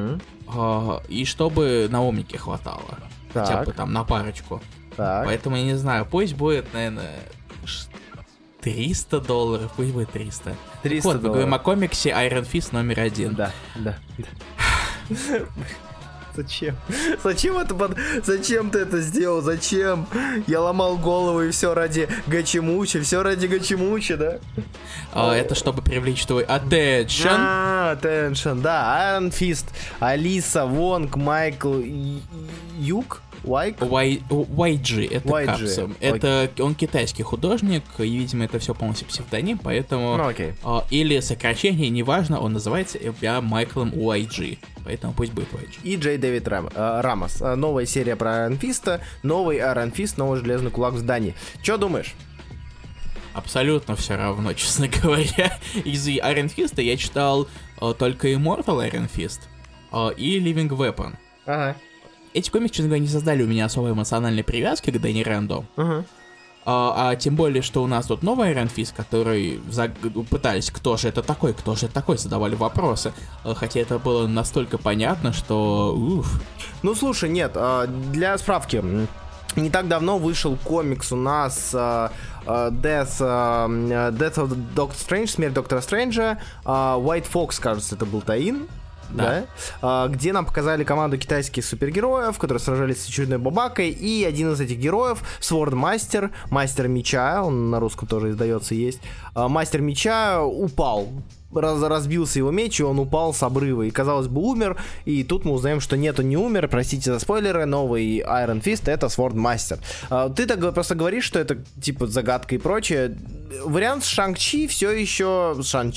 И чтобы на омнике хватало. Так. Хотя бы там на парочку. Так. Поэтому, я не знаю, пусть будет, наверное... $300, пусть будет 300. 300 вот, мы говорим о комиксе Iron Fist номер 1. Да. Зачем? Зачем ты это сделал? Зачем? Я ломал голову и все ради Гачимучи, да? Это чтобы привлечь твой attention. Attention, да. Iron Fist, Алиса, Вонг, Майкл, Юг? YG, это капсом. Это он китайский художник, и, видимо, это все полностью псевдоним, поэтому... или сокращение, неважно, он называется себя Майклом YG, поэтому пусть будет YG. И Джей Дэвид Рамос. Новая серия про Iron Fist, новый Iron Fist, новый железный кулак в здании. Чё думаешь? Абсолютно все равно, честно говоря. Из Iron Fist я читал только Immortal Iron Fist и Living Weapon. Ага. Эти комиксы, честно говоря, не создали у меня особой эмоциональной привязки к Дэнни Рэнду. А тем более, что у нас тут новый Iron Fist, который пытались, кто же это такой, задавали вопросы. Хотя это было настолько понятно, что... Ну, слушай, нет, для справки... Не так давно вышел комикс у нас Death of Doctor Strange, смерть Доктора Стрэнджа, White Fox, кажется, это был Таин. Да. Где нам показали команду китайских супергероев, которые сражались с очередной бабакой, и один из этих героев, Swordmaster, мастер меча, он на русском тоже издается, есть, мастер меча упал, разбился его меч, и он упал с обрыва, и, казалось бы, умер, и тут мы узнаем, что нет, он не умер, простите за спойлеры, новый Iron Fist — это Swordmaster. Ты так просто говоришь, что это, типа, загадка и прочее. Вариант с Шанг-Чи все еще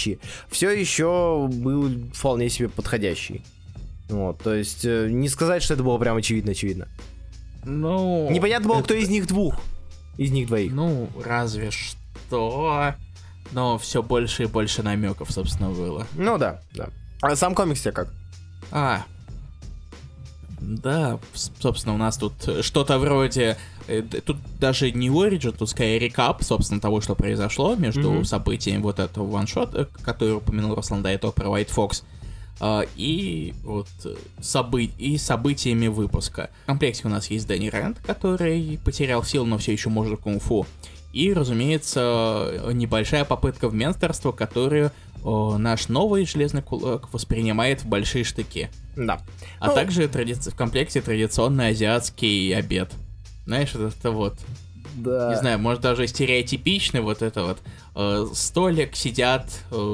был вполне себе подходящий. Вот, то есть, не сказать, что это было прям очевидно. Ну... Непонятно было, кто из них двух. Из них двоих. Ну, разве что... Но все больше и больше намеков, собственно, было. Ну да. А сам комикс тебе как? Да, собственно, у нас тут что-то вроде... Тут даже не Origin, тут скорее рекап, собственно, того, что произошло между событиями вот этого ваншота, который упомянул Руслан до этого про White Fox, и вот событиями выпуска. В комплекте у нас есть Дэнни Рэнд, который потерял силу, но все еще может кунг-фу. И, разумеется, небольшая попытка в менторство, которую наш новый железный кулак воспринимает в большие штыки. Да. А также в комплекте традиционный азиатский обед. Знаешь, это вот... Да. Не знаю, может даже стереотипичный вот это вот. Столик, сидят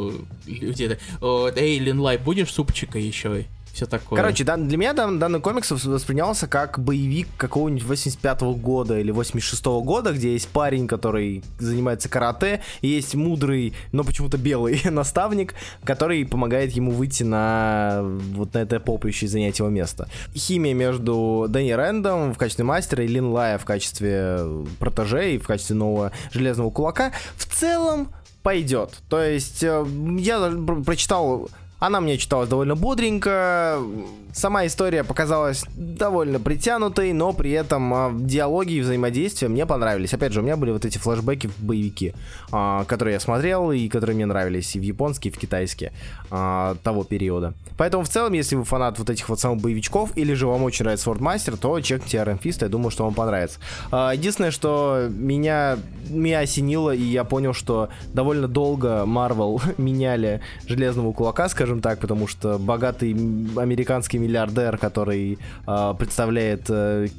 люди. Эй, Линлай, будешь супчика еще? Все такое. Короче, для меня данный комикс воспринимался как боевик какого-нибудь 85-го года или 86-го года, где есть парень, который занимается карате, и есть мудрый, но почему-то белый наставник, который помогает ему выйти на это поприще и занять его место. Химия между Дэнни Рэндом в качестве мастера и Лин Лая в качестве протеже и в качестве нового железного кулака в целом пойдет. То есть я прочитал... Она мне читалась довольно бодренько, сама история показалась довольно притянутой, но при этом диалоги и взаимодействия мне понравились. Опять же, у меня были вот эти флешбеки в боевики, которые я смотрел и которые мне нравились и в японские, и в китайские того периода. Поэтому в целом, если вы фанат вот этих вот самых боевичков, или же вам очень нравится Swordmaster, то чекните Iron Fist, я думаю, что вам понравится. Единственное, что меня осенило, и я понял, что довольно долго Marvel меняли Железного Кулака, скажем так, потому что богатый американский миллиардер, который представляет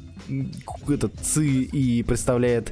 этот ЦИ и представляет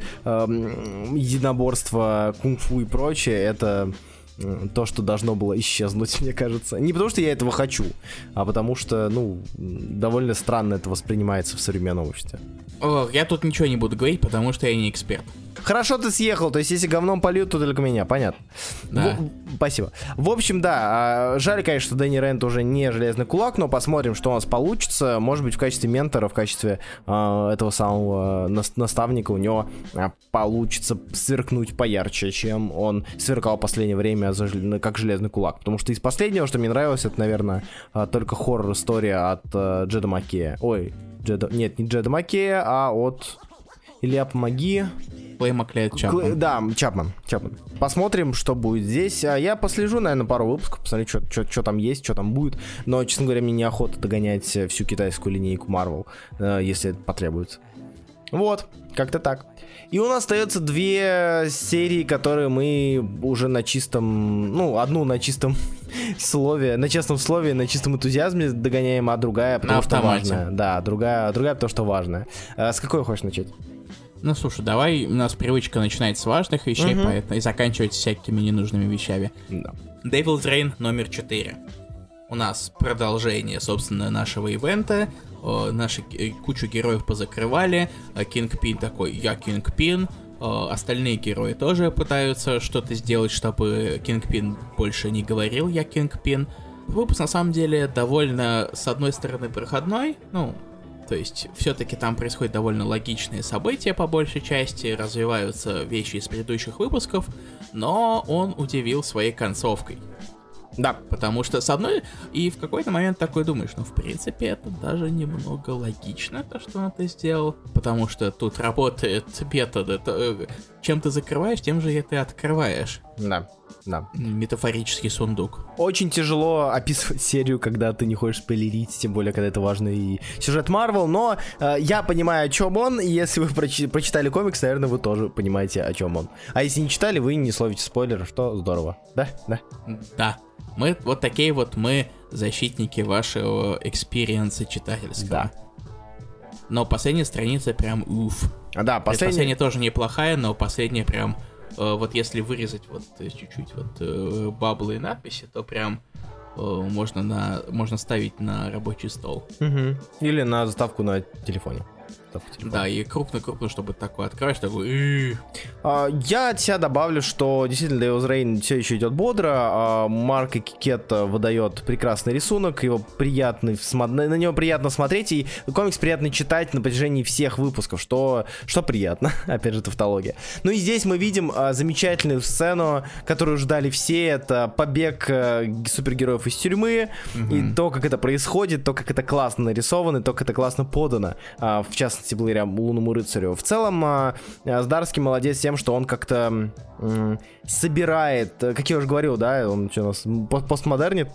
единоборство, кунг-фу и прочее, это то, что должно было исчезнуть, мне кажется. Не потому, что я этого хочу, а потому что, довольно странно это воспринимается в современном обществе. Я тут ничего не буду говорить, потому что я не эксперт. Хорошо ты съехал, то есть если говном польют, то только меня, понятно. Да. Спасибо. В общем, да, жаль, конечно, что Дэнни Рэнд уже не Железный Кулак, но посмотрим, что у нас получится. Может быть, в качестве ментора, в качестве этого самого наставника у него получится сверкнуть поярче, чем он сверкал в последнее время как Железный Кулак. Потому что из последнего, что мне нравилось, это, наверное, только хоррор-история от Джеда Маккея. Нет, не Джеда Маккея, а от... Илья, помоги. Клей Маклейд Чапман. Да, Чапман. Посмотрим, что будет здесь. Я послежу, наверное, пару выпусков, посмотрю, что там есть, что там будет. Но, честно говоря, мне неохота догонять всю китайскую линейку Marvel, если это потребуется. Вот, как-то так. И у нас остается две серии, которые мы уже на чистом... одну на чистом слове, на честном слове, на чистом энтузиазме догоняем, а другая, потому что важная. Да, другая, потому что важная. С какой хочешь начать? Слушай, давай, у нас привычка начинать с важных вещей, поэтому и заканчивать всякими ненужными вещами. Да. Devil's Reign номер 4. У нас продолжение, собственно, нашего ивента. Наши кучу героев позакрывали. Кингпин такой, я Кингпин. Остальные герои тоже пытаются что-то сделать, чтобы Кингпин больше не говорил, я Кингпин. выпуск на самом деле довольно, с одной стороны, проходной, ну, то есть все-таки там происходят довольно логичные события по большей части, развиваются вещи из предыдущих выпусков, но он удивил своей концовкой. Да. Потому что с одной... И в какой-то момент такой думаешь, ну, в принципе, это даже немного логично, то, что он это сделал. Потому что тут работает метод. Чем ты закрываешь, тем же и ты открываешь. Да, да. Метафорический сундук. Очень тяжело описывать серию, когда ты не хочешь спойлерить, тем более, когда это важный сюжет Марвел, но я понимаю, о чем он, и если вы прочитали комикс, наверное, вы тоже понимаете, о чем он. А если не читали, вы не словите спойлеров, что здорово. Да? Да. Да. Мы вот такие вот мы защитники вашего экспириенса читательского. Да. Но последняя страница прям уф. Да, последняя тоже неплохая, но последняя прям... Вот если вырезать вот чуть-чуть вот баблы и надписи, то прям можно ставить на рабочий стол. Угу. Или на заставку на телефоне. Да, и крупно-крупно, чтобы такой откроешь, такой... Я от себя добавлю, что действительно Devil's Reign все еще идет бодро. Марк Кикет выдает прекрасный рисунок, его приятный, на него приятно смотреть, и комикс приятно читать на протяжении всех выпусков, что приятно, опять же, тавтология. Ну и здесь мы видим замечательную сцену, которую ждали все, это побег супергероев из тюрьмы, и то, как это происходит, то, как это классно нарисовано, и то, как это классно подано, в частности, благодаря Лунному рыцарю. В целом, Здарский молодец тем, что он как-то собирает, как я уже говорил, да, он что у нас постмодернит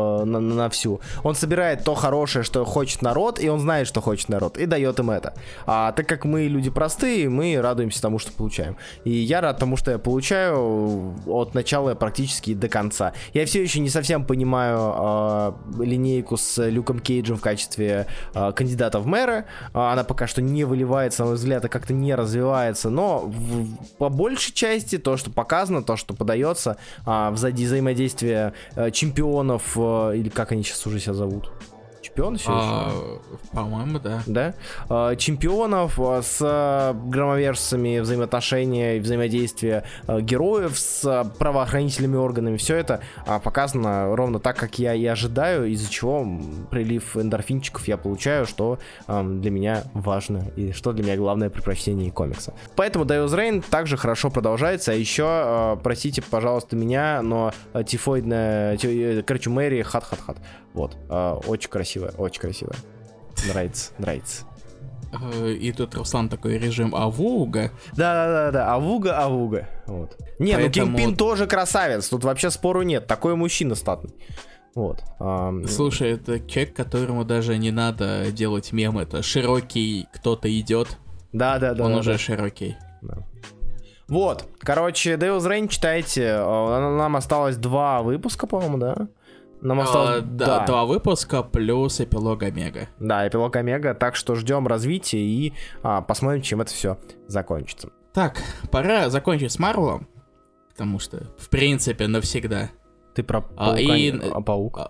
на всю. Он собирает то хорошее, что хочет народ, и он знает, что хочет народ, и дает им это. А так как мы люди простые, мы радуемся тому, что получаем. И я рад тому, что я получаю от начала практически до конца. Я все еще не совсем понимаю линейку с Люком Кейджем в качестве кандидата в мэры. Она пока что не выливается, на мой взгляд, и как-то не развивается, но по большей части то, что показано, то, что подается, взаимодействие чемпионов, или как они сейчас уже себя зовут? Чемпионы все еще? По-моему, да. Да? Чемпионов с громовержцами, взаимоотношения и взаимодействие героев с правоохранительными органами. Все это показано ровно так, как я и ожидаю, из-за чего прилив эндорфинчиков я получаю, что для меня важно и что для меня главное при прочтении комикса. Поэтому Devil's Reign также хорошо продолжается. А еще, простите, пожалуйста, меня, но тифоидная... Короче, Мэри хат-хат-хат. Вот. Очень красивая, очень красивая. Нравится. И тут Руслан такой режим Авуга. Да, Авуга. Вот. Не, поэтому... Кингпин тоже красавец. Тут вообще спору нет. Такой мужчина статный. Вот. Слушай, это человек, которому даже не надо делать мем. Это широкий кто-то идет. Да. Он уже широкий. Да. Вот. Короче, Devil's Reign читайте. Нам осталось 2 выпуска, по-моему, да? Нам осталось... Да, 2 выпуска плюс эпилог Омега. Да, эпилог Омега, так что ждем развития и посмотрим, чем это все закончится. Так, пора закончить с Марвелом, потому что, в принципе, навсегда. Ты про паука, паук?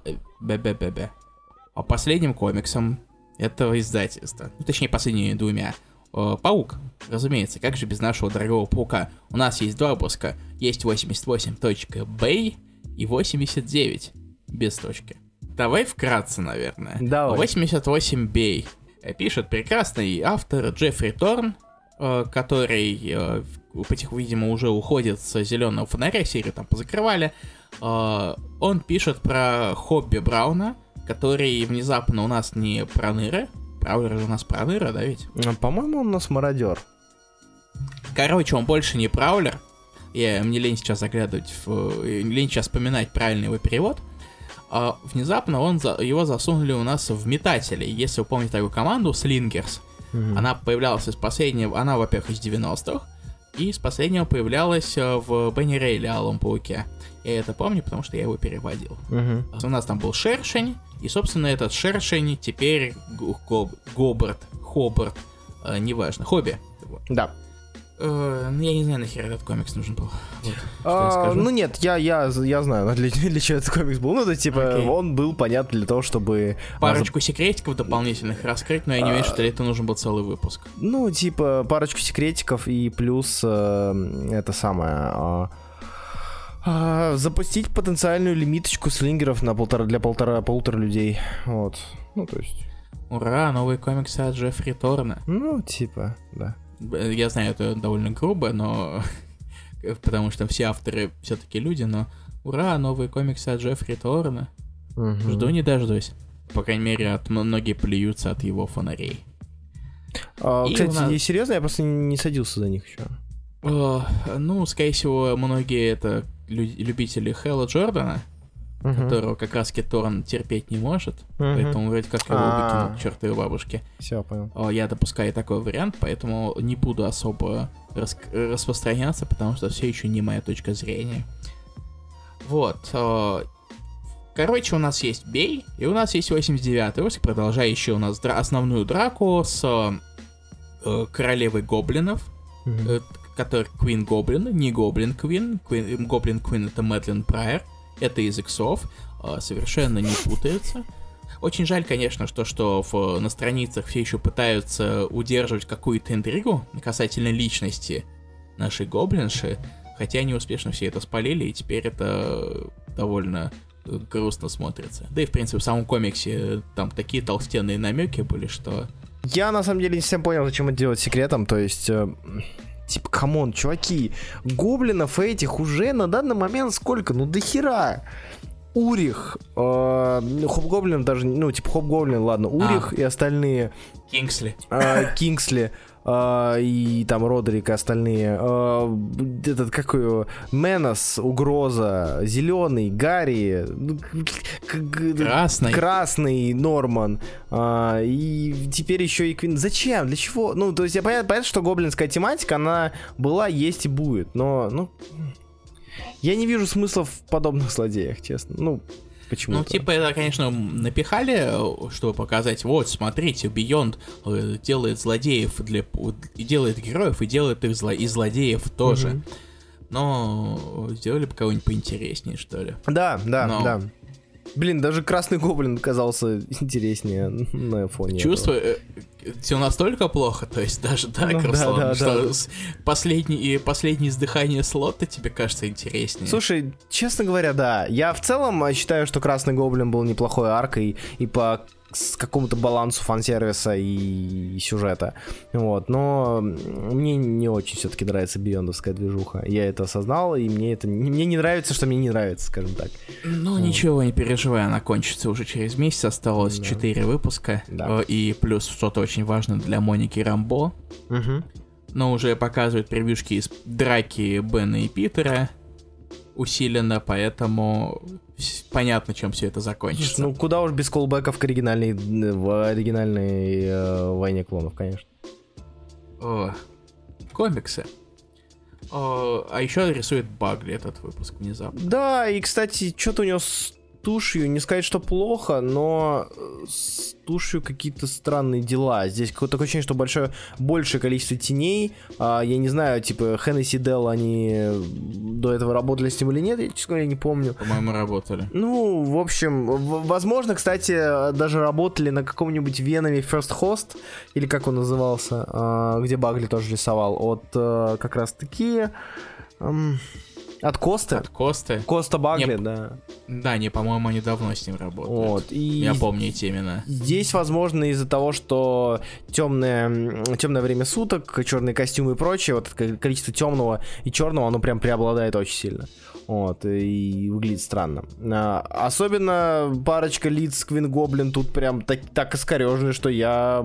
Последним комиксом этого издательства, ну, точнее, последними 2, Паук, разумеется, как же без нашего дорогого паука. У нас есть 2 выпуска, есть 88.Bay и 89. Без точки. Давай вкратце, наверное. Давай. 88 пишет прекрасный автор Джеффри Торн, который, видимо, уже уходит с зеленого фонаря, серию там позакрывали. Он пишет про Хобби Брауна, который внезапно у нас не проныра. Праулер же у нас проныра, да ведь? По-моему, он у нас мародер. Короче, он больше не праулер. Мне лень сейчас заглядывать лень сейчас вспоминать правильный его перевод. Внезапно его засунули у нас в метателей. Если вы помните такую команду, Slingers, она появлялась из последнего, она, во-первых, из 90-х, и из последнего появлялась в Бенни Рейле, Алом Пауке. Я это помню, потому что я его переводил. У нас там был Шершень, и, собственно, этот Шершень теперь Хобарт, неважно, Хобби. Да. Я не знаю, нахер этот комикс нужен был. Вот, ну нет, я знаю, для чего этот комикс был. Ну, это типа, он был понятен для того, чтобы... Парочку секретиков дополнительных раскрыть, но я не уверен, что для этого нужен был целый выпуск. Ну, типа, парочку секретиков и плюс это самое... Запустить потенциальную лимиточку слингеров на полутора людей. Вот. Ну, то есть... Ура, новые комиксы от Джеффри Торна. Ну, типа, да. Я знаю, это довольно грубо, но... потому что все авторы все-таки люди, но... Ура, новые комиксы от Джеффри Торна. Жду не дождусь. По крайней мере, многие плюются от его фонарей. Кстати, серьезно, я просто не садился за них еще. Ну, скорее всего, многие это любители Хэлла Джордана, которого как раз Торн терпеть не может, поэтому вроде как его выкинут к чертовой бабушке. Все, понял. Я допускаю такой вариант, поэтому не буду особо распространяться, потому что все еще не моя точка зрения. Вот. Короче, у нас есть Бей, и у нас есть 89-й выпуск, продолжающий у нас основную драку с королевой гоблинов, который Квин Гоблин, не Гоблин Квин. Гоблин Квин это Мэдлин Прайер, это из Иксов, совершенно не путается. Очень жаль, конечно, что на страницах все еще пытаются удерживать какую-то интригу касательно личности нашей гоблинши, хотя они успешно все это спалили, и теперь это довольно грустно смотрится. Да и, в принципе, в самом комиксе там такие толстенные намеки были, что... Я, на самом деле, не совсем понял, зачем это делать секретом, то есть... Типа, камон, чуваки, гоблинов этих уже на данный момент сколько? Ну, дохера. Урих, Хоб-Гоблин даже, ну, типа, Хоб-Гоблин, ладно, Урих и остальные. Кингсли. Кингсли. И там Родрик и остальные. Этот, как его, Менос, Угроза, Зеленый, Гарри, Красный, Норман. И теперь еще и Квин. Зачем? Для чего? Ну, то есть, понятно, что гоблинская тематика, она была, есть и будет. Но, ну, я не вижу смысла в подобных злодеях, честно. Ну, почему-то. Ну, типа, это, конечно, напихали, чтобы показать, вот, смотрите, Beyond делает злодеев и делает героев, и делает их и злодеев тоже. Но сделали бы кого-нибудь поинтереснее, что ли. Да. Блин, даже Красный Гоблин казался интереснее на фоне чувствую, все настолько плохо, то есть даже так, Руслан, что последнее издыхание слота тебе кажется интереснее. Слушай, честно говоря, да. Я в целом считаю, что Красный Гоблин был неплохой аркой и по какому-то балансу фан-сервиса и сюжета. Вот. Но мне не очень все-таки нравится биондовская движуха. Я это осознал, и мне не нравится, что мне не нравится, скажем так. Ну, ничего, не переживай, она кончится уже через месяц. Осталось 4 выпуска. Да. И плюс что-то очень важное для Моники Рамбо. Но уже показывают превьюшки из драки Бена и Питера усиленно, поэтому понятно, чем все это закончится. Ну, куда уж без колбеков в оригинальной «Войне клонов», конечно. Комиксы. А еще рисует Багли этот выпуск внезапно. Да, и, кстати, что-то у него с тушью, не сказать, что плохо, но с тушью какие-то странные дела. Здесь какое-то такое ощущение, что большее количество теней. Я не знаю, типа, Хэн и Сидел, они до этого работали с ним или нет, я, честно говоря, не помню. По-моему, работали. Ну, в общем, возможно, кстати, даже работали на каком-нибудь Веноме First Host, или как он назывался, где Багли тоже рисовал, от как раз-таки... От Косты? От Косты. Коста Багли, да. Да, по-моему, они давно с ним работают. Вот, и я помню эти имена. Здесь, возможно, из-за того, что темное время суток, черные костюмы и прочее, вот это количество темного и черного, оно прям преобладает очень сильно. Вот, и выглядит странно. Особенно парочка лиц Квин Гоблин тут прям так искорежены, что я...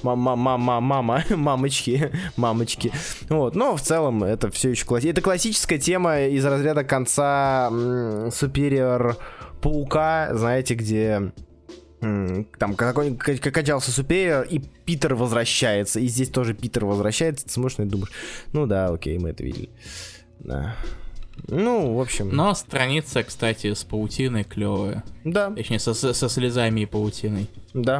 Мамочки. Вот, но в целом это все еще это классическая тема из разряда конца Superior Паука, знаете, где... Там качался Superior, и Питер возвращается. И здесь тоже Питер возвращается. Ты смотришь и думаешь, ну да, окей, мы это видели. Да. Ну, в общем... Но страница, кстати, с паутиной клевая. Да. Точнее, со слезами и паутиной. Да.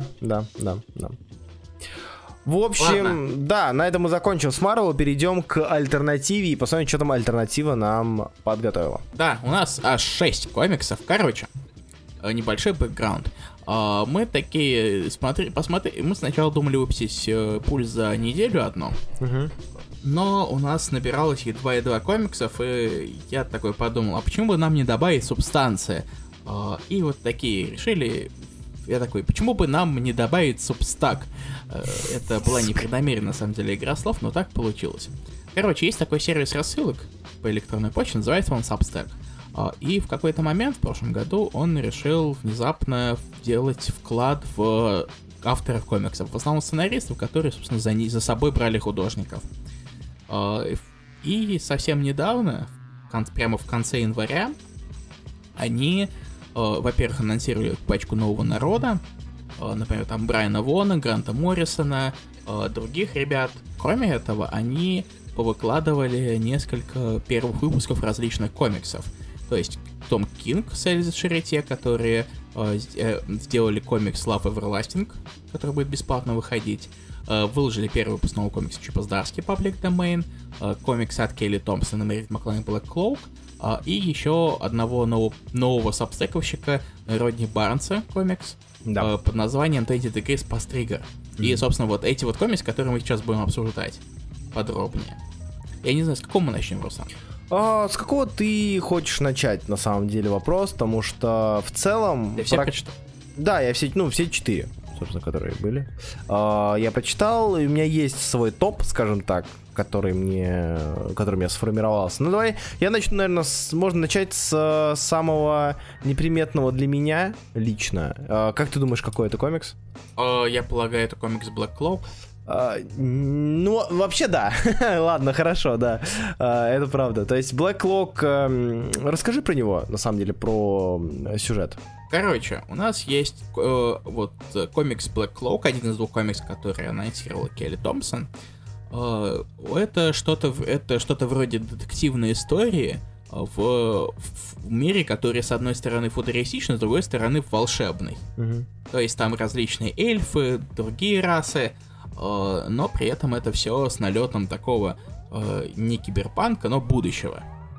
В общем, ладно. Да, на этом мы закончим с Марвел, перейдем к альтернативе и посмотрим, что там альтернатива нам подготовила. Да, у нас аж 6 комиксов, короче, небольшой бэкграунд. Мы такие, посмотри, мы сначала думали выпустить пульс за неделю одну, Но у нас набиралось едва-едва комиксов, и я такой подумал, а почему бы нам не добавить субстанции? И вот такие решили. Я такой, почему бы нам не добавить субстак? Это была непреднамеренная, на самом деле, игра слов, но так получилось. Короче, есть такой сервис рассылок по электронной почте, называется он Substack. И в какой-то момент в прошлом году он решил внезапно делать вклад в авторов комиксов, в основном сценаристов, которые, собственно, за собой брали художников. И совсем недавно, прямо в конце января, они, во-первых, анонсировали пачку нового народа, например, там Брайана Вона, Гранта Моррисона, других ребят. Кроме этого, они повыкладывали несколько первых выпусков различных комиксов. То есть Том Кинг с Эльзой Шарите, которые сделали комикс Love Everlasting, который будет бесплатно выходить. Выложили первый выпуск нового комикса Чипа Здарски, Public Domain, комикс от Келли Томпсона и Мэрит Маклайн Black Cloak, и еще одного нового сабстековщика Родни Барнса комикс под названием 20 Degrees Past Trigger. И, собственно, вот эти вот комиксы, которые мы сейчас будем обсуждать подробнее. Я не знаю, с какого мы начнем, Руслан? С какого ты хочешь начать, на самом деле, вопрос, потому что в целом... Я все прочитал. Да, я все 4, собственно, которые были. Я прочитал, и у меня есть свой топ, скажем так, которым я сформировался. Ну, давай, я начну, наверное, можно начать с самого неприметного для меня лично. Как ты думаешь, какой это комикс? Я полагаю, это комикс Black Cloak. Ну, вообще, да. Ладно, хорошо, да. Это правда. То есть, Black Cloak... расскажи про него, на самом деле, про сюжет. Короче, у нас есть вот комикс Black Cloak, один из двух комиксов, которые анонсировала Келли Томпсон. Это что-то вроде детективной истории в мире, который, с одной стороны, футуристичный, с другой стороны, волшебный. То есть, там различные эльфы, другие расы, но при этом это все с налетом такого не киберпанка, но будущего.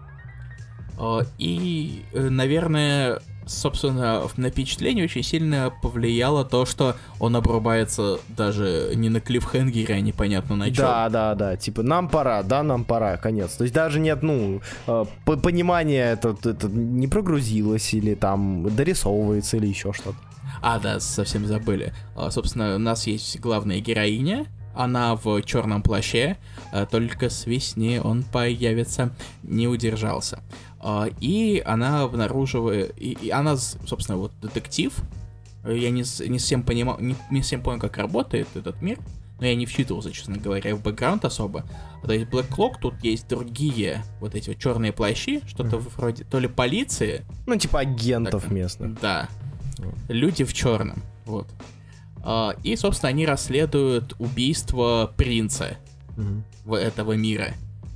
И, наверное, собственно, на впечатление очень сильно повлияло то, что он обрубается даже не на клиффхенгере, а непонятно на чем. Да, типа, нам пора, конец. То есть даже нет, понимания это не прогрузилось, или там дорисовывается, или еще что-то. Да, совсем забыли. Собственно, у нас есть главная героиня. Она в черном плаще, только с весны он появится, не удержался. И она обнаруживает... И она, собственно, вот детектив. Я не совсем понял, как работает этот мир. Но я не вчитывался, честно говоря, в бэкграунд особо. То есть Black Cloak, тут есть другие вот эти вот черные плащи, что-то вроде то ли полиции. Ну, типа агентов так, местных. Да. Люди в черном. Вот. И, собственно, они расследуют убийство принца этого мира.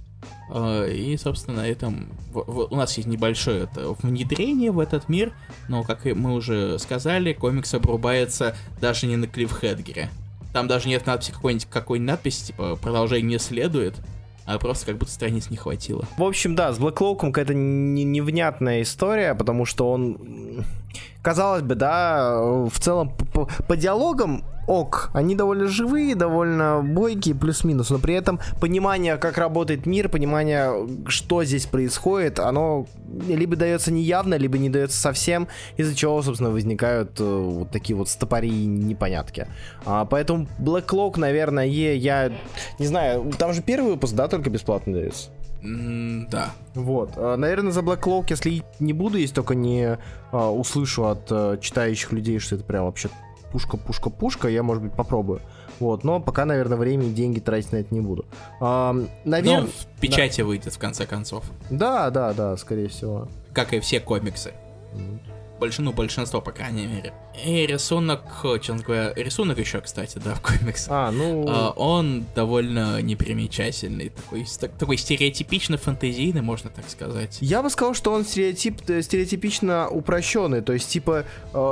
И, собственно, на этом у нас есть небольшое внедрение в этот мир, но, как мы уже сказали, комикс обрубается даже не на клиффхенгере. Там даже нет надписи, какой-нибудь надписи, типа «Продолжение не следует», а просто как будто страниц не хватило. В общем, да, с Black Cloak'ом какая-то невнятная история, потому что он, казалось бы, да, в целом по диалогам они довольно живые, довольно бойкие, плюс-минус, но при этом понимание, как работает мир, понимание, что здесь происходит, оно либо дается неявно, либо не дается совсем, из-за чего, собственно, возникают вот такие вот стопори и непонятки. Поэтому Black Cloak, наверное, я не знаю, там же первый выпуск, да, только бесплатно дается? Да. Вот. Наверное, за Black Cloak, если не буду, если только не услышу от читающих людей, что это прям вообще пушка, я, может быть, попробую. Вот, но пока, наверное, время и деньги тратить на это не буду. Наверное, в печати выйдет, в конце концов. Да, скорее всего. Как и все комиксы. Большинство, по крайней мере. И рисунок, честно говоря, рисунок еще, кстати, да, в комиксах. Он довольно непримечательный, такой стереотипично фэнтезийный, можно так сказать. Я бы сказал, что он стереотипично упрощенный, то есть, типа,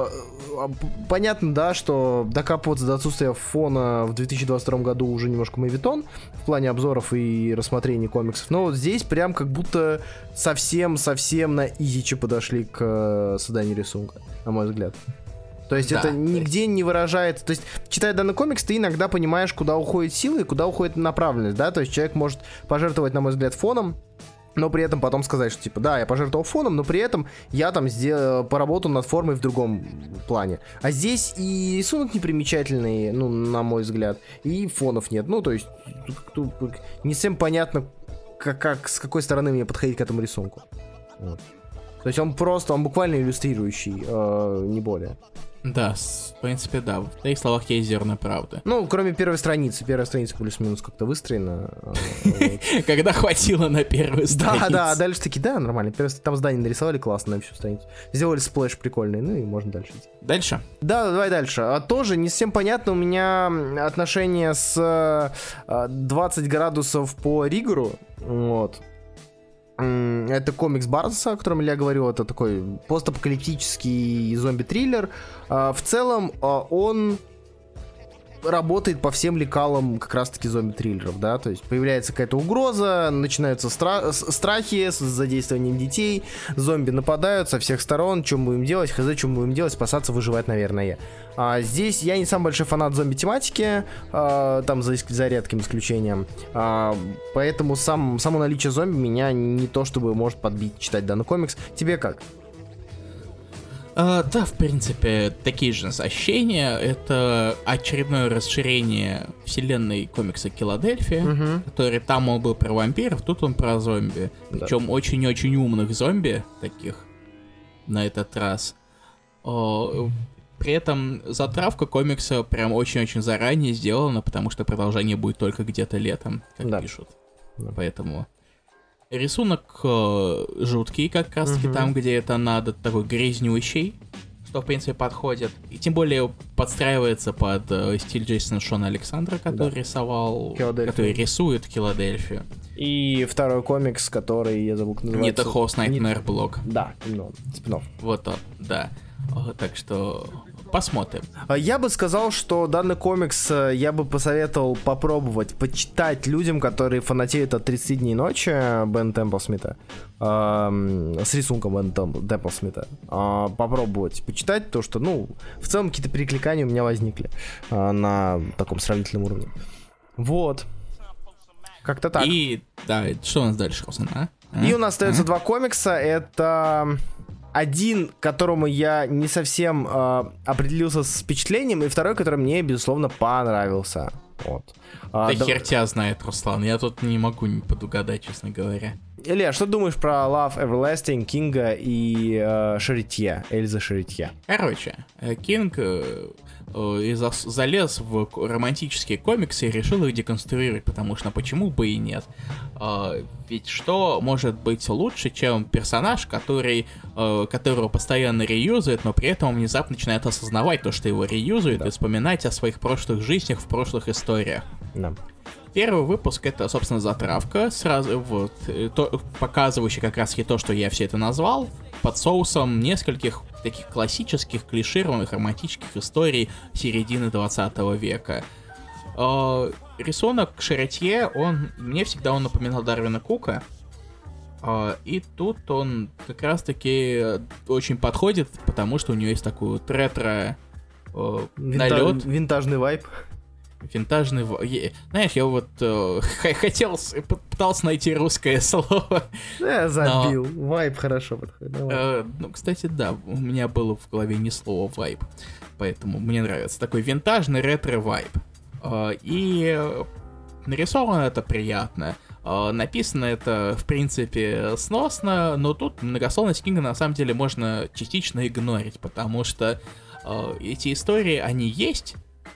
понятно, да, что докапываться до отсутствия фона в 2022 году уже немножко моветон в плане обзоров и рассмотрений комиксов, но вот здесь прям как будто совсем на изичи подошли к созданию рисунка, на мой взгляд. То есть это нигде не выражается. То есть, читая данный комикс, ты иногда понимаешь, куда уходит сила и куда уходит направленность, да? То есть человек может пожертвовать, на мой взгляд, фоном, но при этом потом сказать, что типа, да, я пожертвовал фоном, но при этом я там поработал над формой в другом плане. А здесь и рисунок непримечательный, ну, на мой взгляд, и фонов нет. Ну, то есть, не всем понятно, с какой стороны мне подходить к этому рисунку. Вот. То есть он буквально иллюстрирующий, не более. Да, в принципе, да. В твоих словах есть зерна правды. Ну, кроме первой страницы. Первая страница плюс-минус как-то выстроена. Когда хватило на первую страницу. Да, дальше таки, да, нормально. Там здание нарисовали классно на всю страницу. Сделали сплэш прикольный, ну и можно дальше идти. Дальше? Да, давай дальше. Тоже не совсем понятно у меня отношение с 20 градусов по Ригору. Вот. Это комикс Барнса, о котором я говорю. Это такой постапокалиптический зомби-триллер. В целом он работает по всем лекалам как раз-таки зомби-триллеров, да, то есть появляется какая-то угроза, начинаются страхи с задействованием детей, зомби нападают со всех сторон, что мы будем делать, что мы будем делать, спасаться, выживать, наверное. Здесь я не самый большой фанат зомби-тематики, там за редким исключением, поэтому само наличие зомби меня не то чтобы может подбить читать данный комикс. Тебе как? Да, в принципе, такие же ощущения. Это очередное расширение вселенной комикса «Филадельфия», который там он был про вампиров, тут он про зомби. Да. Причем очень-очень умных зомби таких на этот раз. При этом затравка комикса прям очень-очень заранее сделана, потому что продолжение будет только где-то летом, как пишут. Да. Поэтому... Рисунок жуткий, как раз-таки там, где это надо, такой грязнющий, что, в принципе, подходит. И тем более подстраивается под стиль Джейсона Шона Александра, который рисовал, который рисует Филадельфию. И второй комикс, который, я забыл, как называется. Не The Host Nightmare Block. Да, именно, спин-офф. Вот он, да. Так что... Посмотрим. Я бы сказал, что данный комикс я бы посоветовал попробовать почитать людям, которые фанатеют от 30 дней ночи Бена Темплсмита, с рисунком Бена Темплсмита. Попробовать почитать то, что, ну, в целом какие-то перекликания у меня возникли на таком сравнительном уровне. Вот. Как-то так. И, да, что у нас дальше, Руслан, И у нас остается два комикса. Это... Один, которому я не совсем определился с впечатлением, и второй, который мне, безусловно, понравился. Вот. Хер тебя знает, Руслан. Я тут не могу не подугадать, честно говоря. Илья, что думаешь про Love Everlasting, Кинга и Шаритье, Эльза Шаритье? Короче, Кинг залез в романтические комиксы и решил их деконструировать, потому что почему бы и нет. Ведь что может быть лучше, чем персонаж, которого постоянно реюзают, но при этом он внезапно начинает осознавать то, что его реюзают, и вспоминать о своих прошлых жизнях в прошлых историях. Да. Первый выпуск — это, собственно, затравка, сразу вот, показывающая как раз-таки то, что я все это назвал, под соусом нескольких таких классических, клишированных романтических историй середины 20 века. Рисунок Шаритье, мне всегда он напоминал Дарвина Кука, и тут он как раз-таки очень подходит, потому что у него есть такой вот ретро налет. Винтажный вайб. Винтажный... Знаешь, я вот пытался найти русское слово. Я забил. Вайб хорошо подходит. Ну, кстати, да, у меня было в голове не слово вайб, поэтому мне нравится. Такой винтажный ретро-вайб. И нарисовано это приятно. Написано это, в принципе, сносно, но тут многословность Кинга на самом деле можно частично игнорить, потому что эти истории, они есть,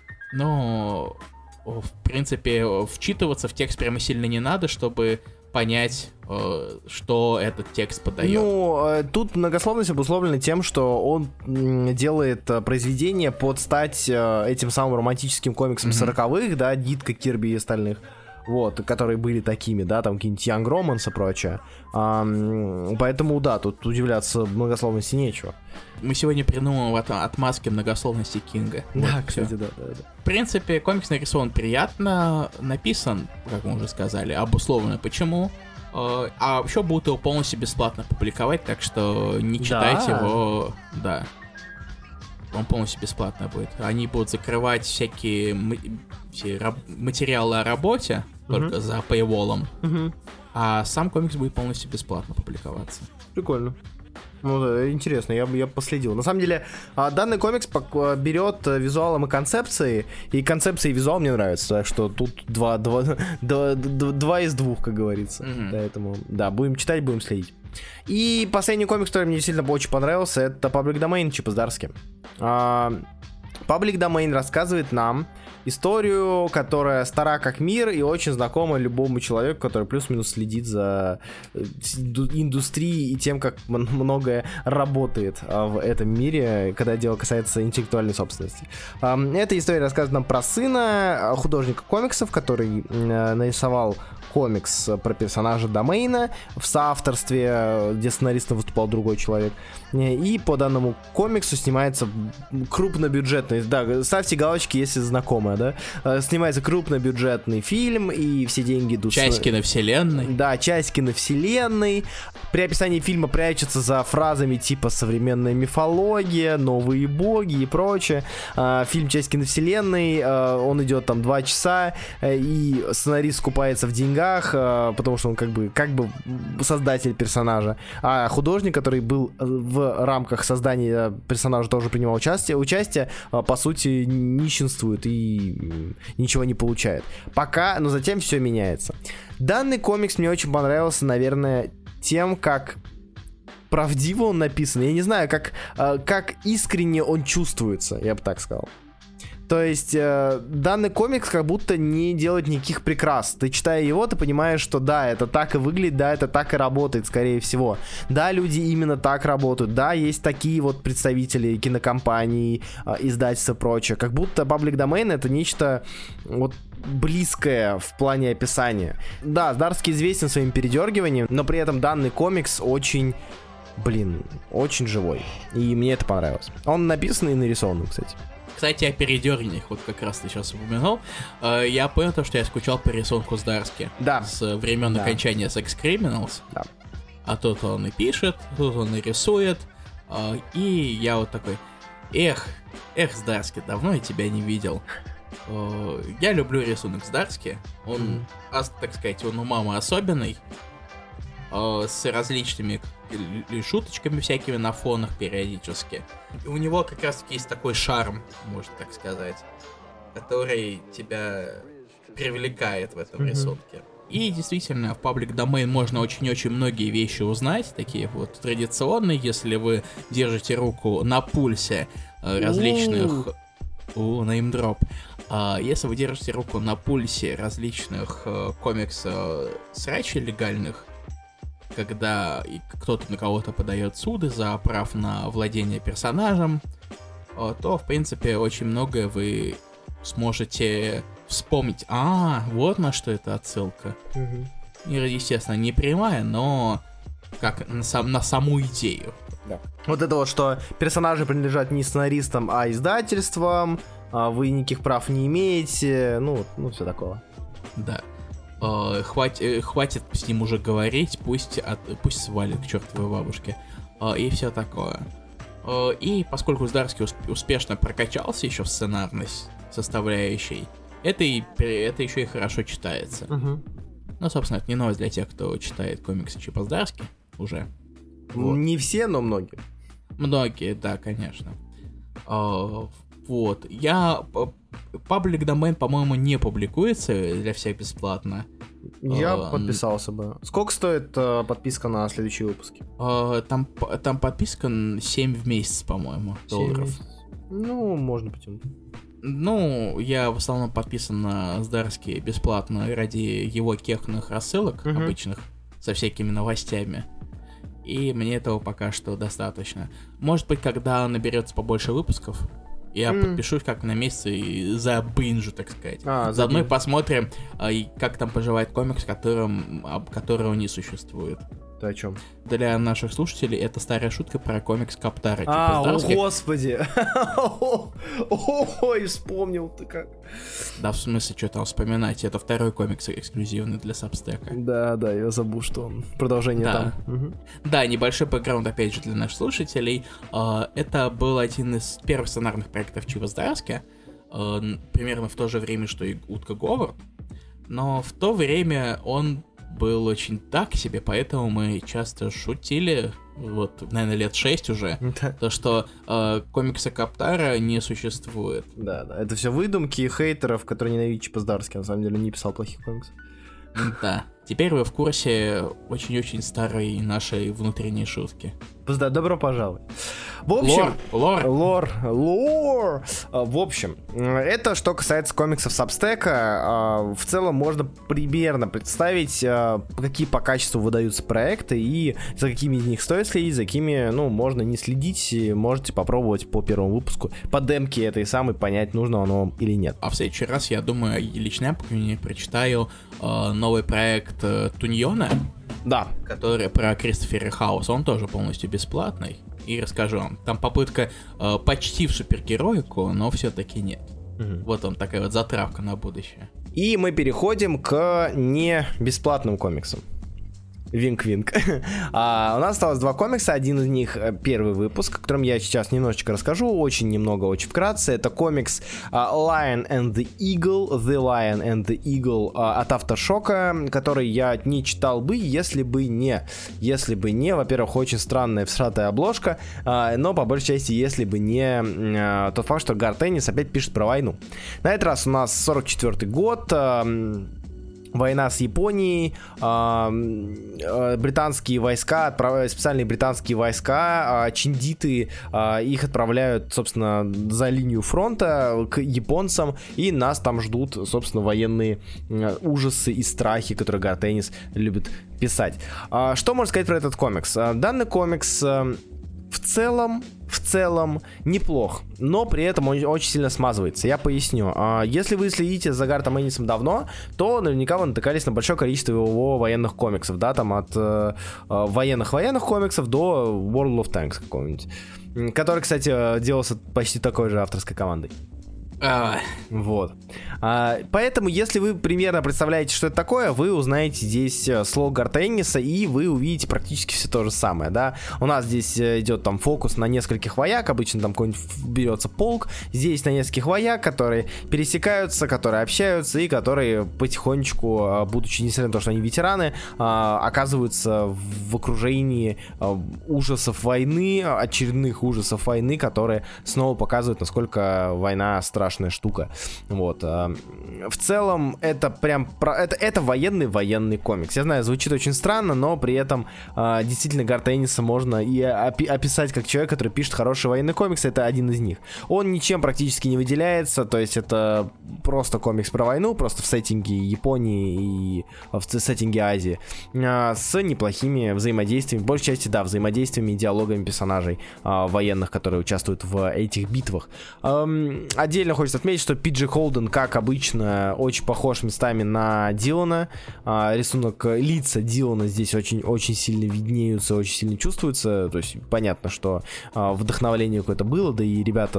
но, в принципе, вчитываться в текст прямо сильно не надо, чтобы понять, что этот текст подает. Ну, тут многословность обусловлена тем, что он делает произведение под стать этим самым романтическим комиксом 40-х, да, Дитка, Кирби и остальных. Вот, которые были такими, да, там какие-нибудь Young Romance и прочее. Поэтому, да, тут удивляться многословности нечего. Мы сегодня придумываем отмазки многословности Кинга. Да, вот, кстати, да. В принципе, комикс нарисован приятно, написан, как мы уже сказали, обусловлено почему. А еще будут его полностью бесплатно публиковать, так что не читайте его, да. Он полностью бесплатно будет. Они будут закрывать всякие материалы о работе, только за paywall'ом. А сам комикс будет полностью бесплатно публиковаться. Прикольно. Ну да, интересно, я последил. На самом деле, данный комикс берет визуалом и концепцией, и концепция и визуал мне нравятся, так что тут два из двух, как говорится. Поэтому, да, будем читать, будем следить. И последний комикс, который мне действительно очень понравился, это Public Domain Чипа Здарски. Public Domain рассказывает нам историю, которая стара как мир и очень знакома любому человеку, который плюс-минус следит за индустрией и тем, как многое работает в этом мире, когда дело касается интеллектуальной собственности. Эта история рассказывает нам про сына художника комиксов, который нарисовал комикс про персонажа Домейна в соавторстве, где сценаристом выступал другой человек. И по данному комиксу снимается крупнобюджетный, да, ставьте галочки, если знакомое, да, снимается крупнобюджетный фильм, и все деньги идут... Часть киновселенной. Да, часть киновселенной. При описании фильма прячется за фразами типа «современная мифология», «новые боги» и прочее. Фильм «Часть киновселенной», он идет там 2 часа, и сценарист купается в деньгах, потому что он как бы создатель персонажа. А художник, который был в рамках создания персонажа, тоже принимал участие, по сути, нищенствует и ничего не получает. Пока, но затем все меняется. Данный комикс мне очень понравился, наверное, тем, как правдиво он написан. Я не знаю, как искренне он чувствуется, я бы так сказал. То есть данный комикс как будто не делает никаких прикрас. Ты, читая его, ты понимаешь, что да, это так и выглядит, да, это так и работает, скорее всего. Да, люди именно так работают. Да, есть такие вот представители кинокомпаний, издательств и прочее. Как будто Public Domain — это нечто вот близкое в плане описания. Да, Здарский известен своим передергиванием, но при этом данный комикс очень живой. И мне это понравилось. Он написан и нарисован, кстати. Кстати, о передергиваниях, вот как раз ты сейчас упомянул, я понял то, что я скучал по рисунку Здарски. Да. С времен окончания Sex Criminals. Да. А тут он и пишет, тут он и рисует, и я вот такой, эх, Здарски, давно я тебя не видел. Я люблю рисунок Здарски, он, так сказать, он у мамы особенный, с различными шуточками всякими на фонах периодически. И у него как раз есть такой шарм, можно так сказать, который тебя привлекает в этом рисунке. И действительно, в Public Domain можно очень-очень многие вещи узнать, такие вот традиционные, если вы держите руку на пульсе различных... неймдроп. Если вы держите руку на пульсе различных комикс-срачей легальных, когда кто-то на кого-то подает суды за прав на владение персонажем, то, в принципе, очень многое вы сможете вспомнить. Вот на что это отсылка. И, естественно, не прямая, но как на саму идею. Да. Вот это вот, что персонажи принадлежат не сценаристам, а издательствам, вы никаких прав не имеете, ну все такое. Да. Хватит с ним уже говорить, пусть свалит к чертовой бабушке. И все такое. И поскольку Здарский успешно прокачался еще в сценарной составляющей, это еще и хорошо читается. Ну, собственно, это не новость для тех, кто читает комиксы Чипа Здарски уже. Вот. Не все, но многие. Многие, да, конечно. Вот. Public Domain, по-моему, не публикуется для всех бесплатно. Я подписался бы. Сколько стоит подписка на следующие выпуски? Там подписка 7 в месяц, по-моему, $7. Ну, можно потянуть. Ну, я в основном подписан на Здарский бесплатно ради его кехных рассылок обычных, со всякими новостями. И мне этого пока что достаточно. Может быть, когда наберется побольше выпусков, я подпишусь как на месяц и забинжу, так сказать. Заодно и посмотрим, как там поживает комикс, которого не существует. Ты о чем? Для наших слушателей это старая шутка про комикс Каптара. О господи! Ой, вспомнил ты как. Да, в смысле, что там вспоминать? Это второй комикс эксклюзивный для Сабстека. Да, я забыл, что он продолжение там. Да, небольшой бэкграунд, опять же, для наших слушателей. Это был один из первых сценарных проектов Чипа Здаровски. Примерно в то же время, что и Утка Говард. Но в то время он был очень так себе, поэтому мы часто шутили, вот, наверное, лет 6 уже, то, что комикса Каптара не существует. Да, это все выдумки хейтеров, которые ненавидят Чипа Здаровски, на самом деле не писал плохих комиксов. Да, теперь вы в курсе очень-очень старой нашей внутренней шутки. Добро пожаловать. В общем, лор. В общем, это что касается комиксов Сабстека. В целом можно примерно представить, какие по качеству выдаются проекты и за какими из них стоит следить, за какими, можно не следить. Можете попробовать по первому выпуску, по демке этой самой понять, нужно оно или нет. А в следующий раз, я думаю, лично я по крайней мере прочитаю новый проект Туньона. Да. Который про Кристофера Хауса, он тоже полностью бесплатный. И расскажу вам, там попытка почти в супергероику, но все-таки нет. Вот он, такая вот затравка на будущее. И мы переходим к не бесплатным комиксам. Винк-винк. У нас осталось 2 комикса, один из них первый выпуск, о котором я сейчас немножечко расскажу, очень немного, очень вкратце. Это комикс Lion and the Eagle от Автошока, который я не читал бы, если бы не, во-первых, очень странная всратая обложка, но по большей части, если бы не тот факт, что Гарт Эннис опять пишет про войну. На этот раз у нас 44-й год, война с Японией, британские войска, специальные британские войска, чиндиты, их отправляют, собственно, за линию фронта к японцам, и нас там ждут, собственно, военные ужасы и страхи, которые Гарт Эннис любит писать. Что можно сказать про этот комикс? Данный комикс в целом неплох, но при этом он очень сильно смазывается. Я поясню. Если вы следите за Гартом Эннисом давно, то наверняка вы натыкались на большое количество его военных комиксов, да, там от военных комиксов до World of Tanks какого-нибудь, который, кстати, делался почти такой же авторской командой. Вот. Поэтому, если вы примерно представляете, что это такое, вы узнаете здесь слог Гарта Энниса, и вы увидите практически все то же самое, да. У нас здесь идет там фокус на нескольких вояк, обычно там какой-нибудь берется полк, здесь на нескольких вояк, которые пересекаются, которые общаются, и которые потихонечку, будучи, несмотря на то, что они ветераны, оказываются в окружении ужасов войны, очередных ужасов войны, которые снова показывают, насколько война страшная штука. Вот. В целом, это прям это военный комикс. Я знаю, звучит очень странно, но при этом действительно Гарта Энниса можно и описать как человек, который пишет хороший военный комикс. Это один из них. Он ничем практически не выделяется, то есть это просто комикс про войну, просто в сеттинге Японии и в сеттинге Азии, с неплохими взаимодействиями, в большей части, да, взаимодействиями и диалогами персонажей военных, которые участвуют в этих битвах. Отдельно хочется отметить, что Пиджи Холден, как обычно, очень похож местами на Дилана. Рисунок лица Дилана здесь очень сильно виднеются, очень сильно чувствуются. То есть понятно, что вдохновление какое-то было, да и ребята,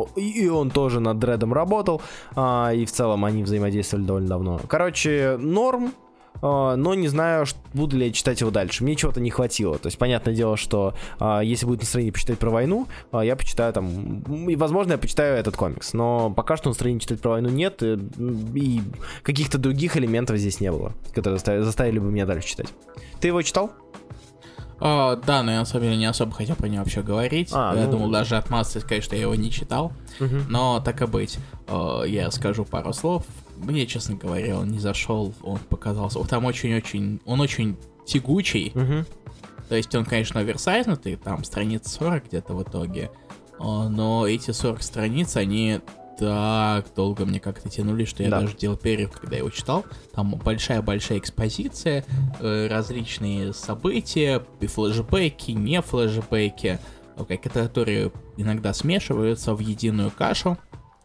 он тоже над Дредом работал, и в целом они взаимодействовали довольно давно. Короче, норм. Но не знаю, буду ли я читать его дальше. Мне чего-то не хватило. То есть, понятное дело, что если будет настроение почитать про войну, я почитаю там... И, возможно, я почитаю этот комикс. Но пока что настроения читать про войну нет. И каких-то других элементов здесь не было, которые заставили бы меня дальше читать. Ты его читал? Да, но я на самом деле не особо хотел про него вообще говорить. Я думал даже отмазаться и сказать, что я его не читал. Но так и быть. Я скажу пару слов. Мне, честно говоря, он не зашел, он показался... Там он очень тягучий. То есть он, конечно, оверсайзнутый, там страниц 40 где-то в итоге. Но эти 40 страниц, они так долго мне как-то тянули, что я даже делал перерыв, когда я его читал. Там большая-большая экспозиция, различные события, флешбеки, не флешбеки, которые иногда смешиваются в единую кашу.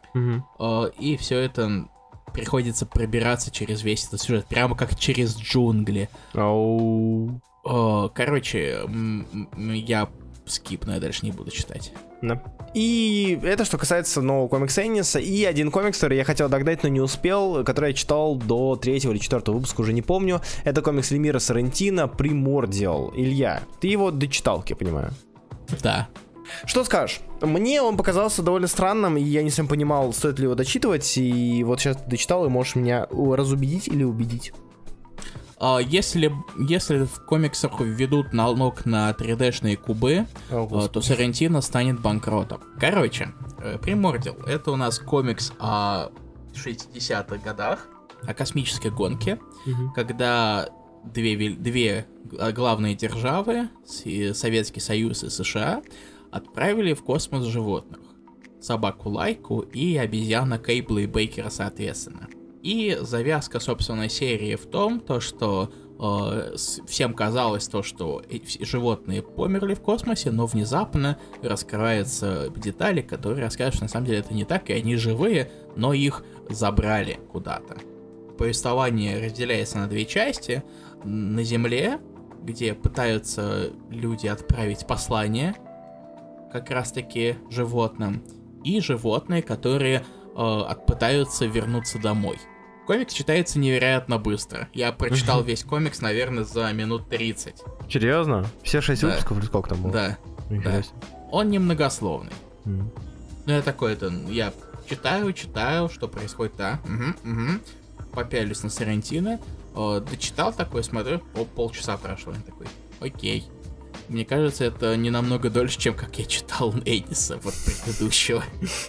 И все это приходится пробираться через весь этот сюжет, прямо как через джунгли. Короче, я скипну, я дальше не буду читать. Да. И это что касается нового комикса Энниса. И один комикс, который я хотел догнать, но не успел, который я читал до 3-го или 4-го выпуска, уже не помню. Это комикс Лемира Соррентино «Примордиал». Илья, ты его дочитал, как я понимаю? Да. Что скажешь? Мне он показался довольно странным, и я не совсем понимал, стоит ли его дочитывать. И вот сейчас ты дочитал, и можешь меня разубедить или убедить. Если в комиксах введут налог на 3D-шные кубы, то Соррентино станет банкротом. Короче, Примордиал — это у нас комикс о 60-х годах, о космической гонке, когда две главные державы, Советский Союз и США, отправили в космос животных. Собаку Лайку и обезьяна Кейбла и Бейкера соответственно. И завязка, собственно, серии в том, то, что всем казалось то, что животные померли в космосе, но внезапно раскрываются детали, которые расскажут, что на самом деле это не так, и они живые, но их забрали куда-то. Повествование разделяется на две части. На Земле, где пытаются люди отправить послание как раз-таки животным, и животные, которые пытаются вернуться домой. Комикс читается невероятно быстро. Я прочитал весь комикс, наверное, за минут 30. Серьезно? Все 6 выпусков или сколько там было? Да. Он немногословный. Ну, я такой, я читаю, что происходит, попялюсь на Соррентино, дочитал такой, смотрю, полчаса прошло, я такой, окей. Мне кажется, это не намного дольше, чем как я читал Энниса, вот предыдущего.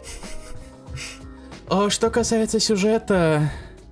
Что касается сюжета,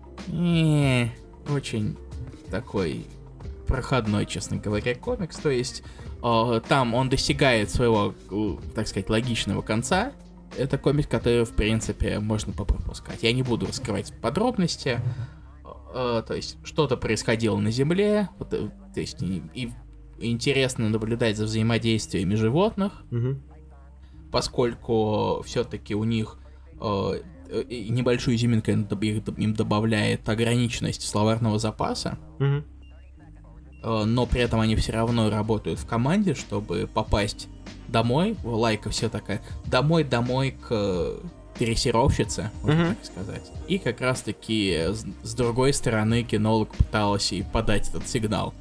очень такой проходной, честно говоря, комикс. То есть там он достигает своего, так сказать, логичного конца. Это комикс, который, в принципе, можно попропускать. Я не буду раскрывать подробности. То есть что-то происходило на Земле. То есть и интересно наблюдать за взаимодействиями животных, поскольку все-таки у них небольшую изюминку им добавляет ограниченность словарного запаса, но при этом они все равно работают в команде, чтобы попасть домой. Лайка все такая домой к дрессировщице, можно так сказать. И как раз-таки с другой стороны кинолог пытался и подать этот сигнал,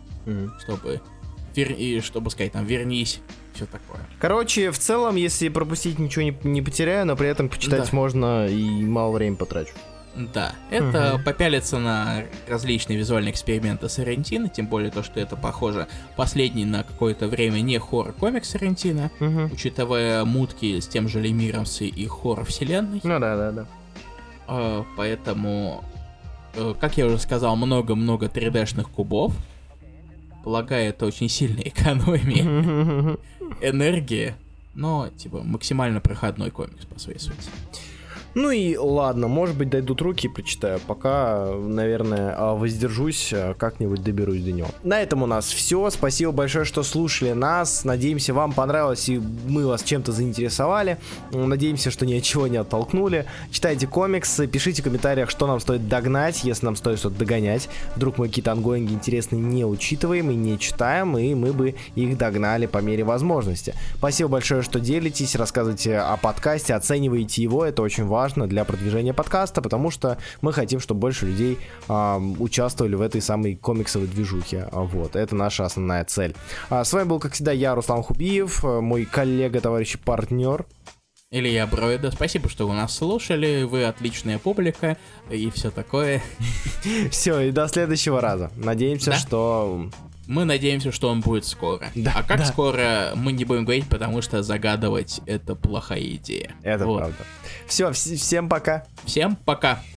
чтобы сказать там вернись, все такое. Короче, в целом, если пропустить, ничего не потеряю, но при этом почитать можно и мало времени потрачу. Да, это попялиться на различные визуальные эксперименты Соррентино, тем более то, что это, похоже, последний на какое-то время не хоррор-комикс Соррентино, учитывая мутки с тем же Лемиром и хоррор-вселенной. Ну да. Поэтому, как я уже сказал, много-много 3D-шных кубов. Полагаю, это очень сильная экономия энергии, но, максимально проходной комикс по своей сути. Ну и ладно, может быть, дойдут руки и прочитаю. Пока, наверное, воздержусь, как-нибудь доберусь до него. На этом у нас все. Спасибо большое, что слушали нас. Надеемся, вам понравилось и мы вас чем-то заинтересовали. Надеемся, что ни от чего не оттолкнули. Читайте комиксы, пишите в комментариях, что нам стоит догнать, если нам стоит что-то догонять. Вдруг мы какие-то ангоинги интересные не учитываем и не читаем, и мы бы их догнали по мере возможности. Спасибо большое, что делитесь, рассказывайте о подкасте, оцениваете его. Это очень важно для продвижения подкаста, потому что мы хотим, чтобы больше людей участвовали в этой самой комиксовой движухе. Вот, это наша основная цель. С вами был, как всегда, я, Руслан Хубиев, мой коллега, товарищ и партнер Илья Броида. Спасибо, что вы нас слушали, вы отличная публика и все такое. Все, и до следующего раза. Надеемся, что... Мы надеемся, что он будет скоро. А как скоро, мы не будем говорить, потому что загадывать — это плохая идея. Это правда. Все, всем пока. Всем пока.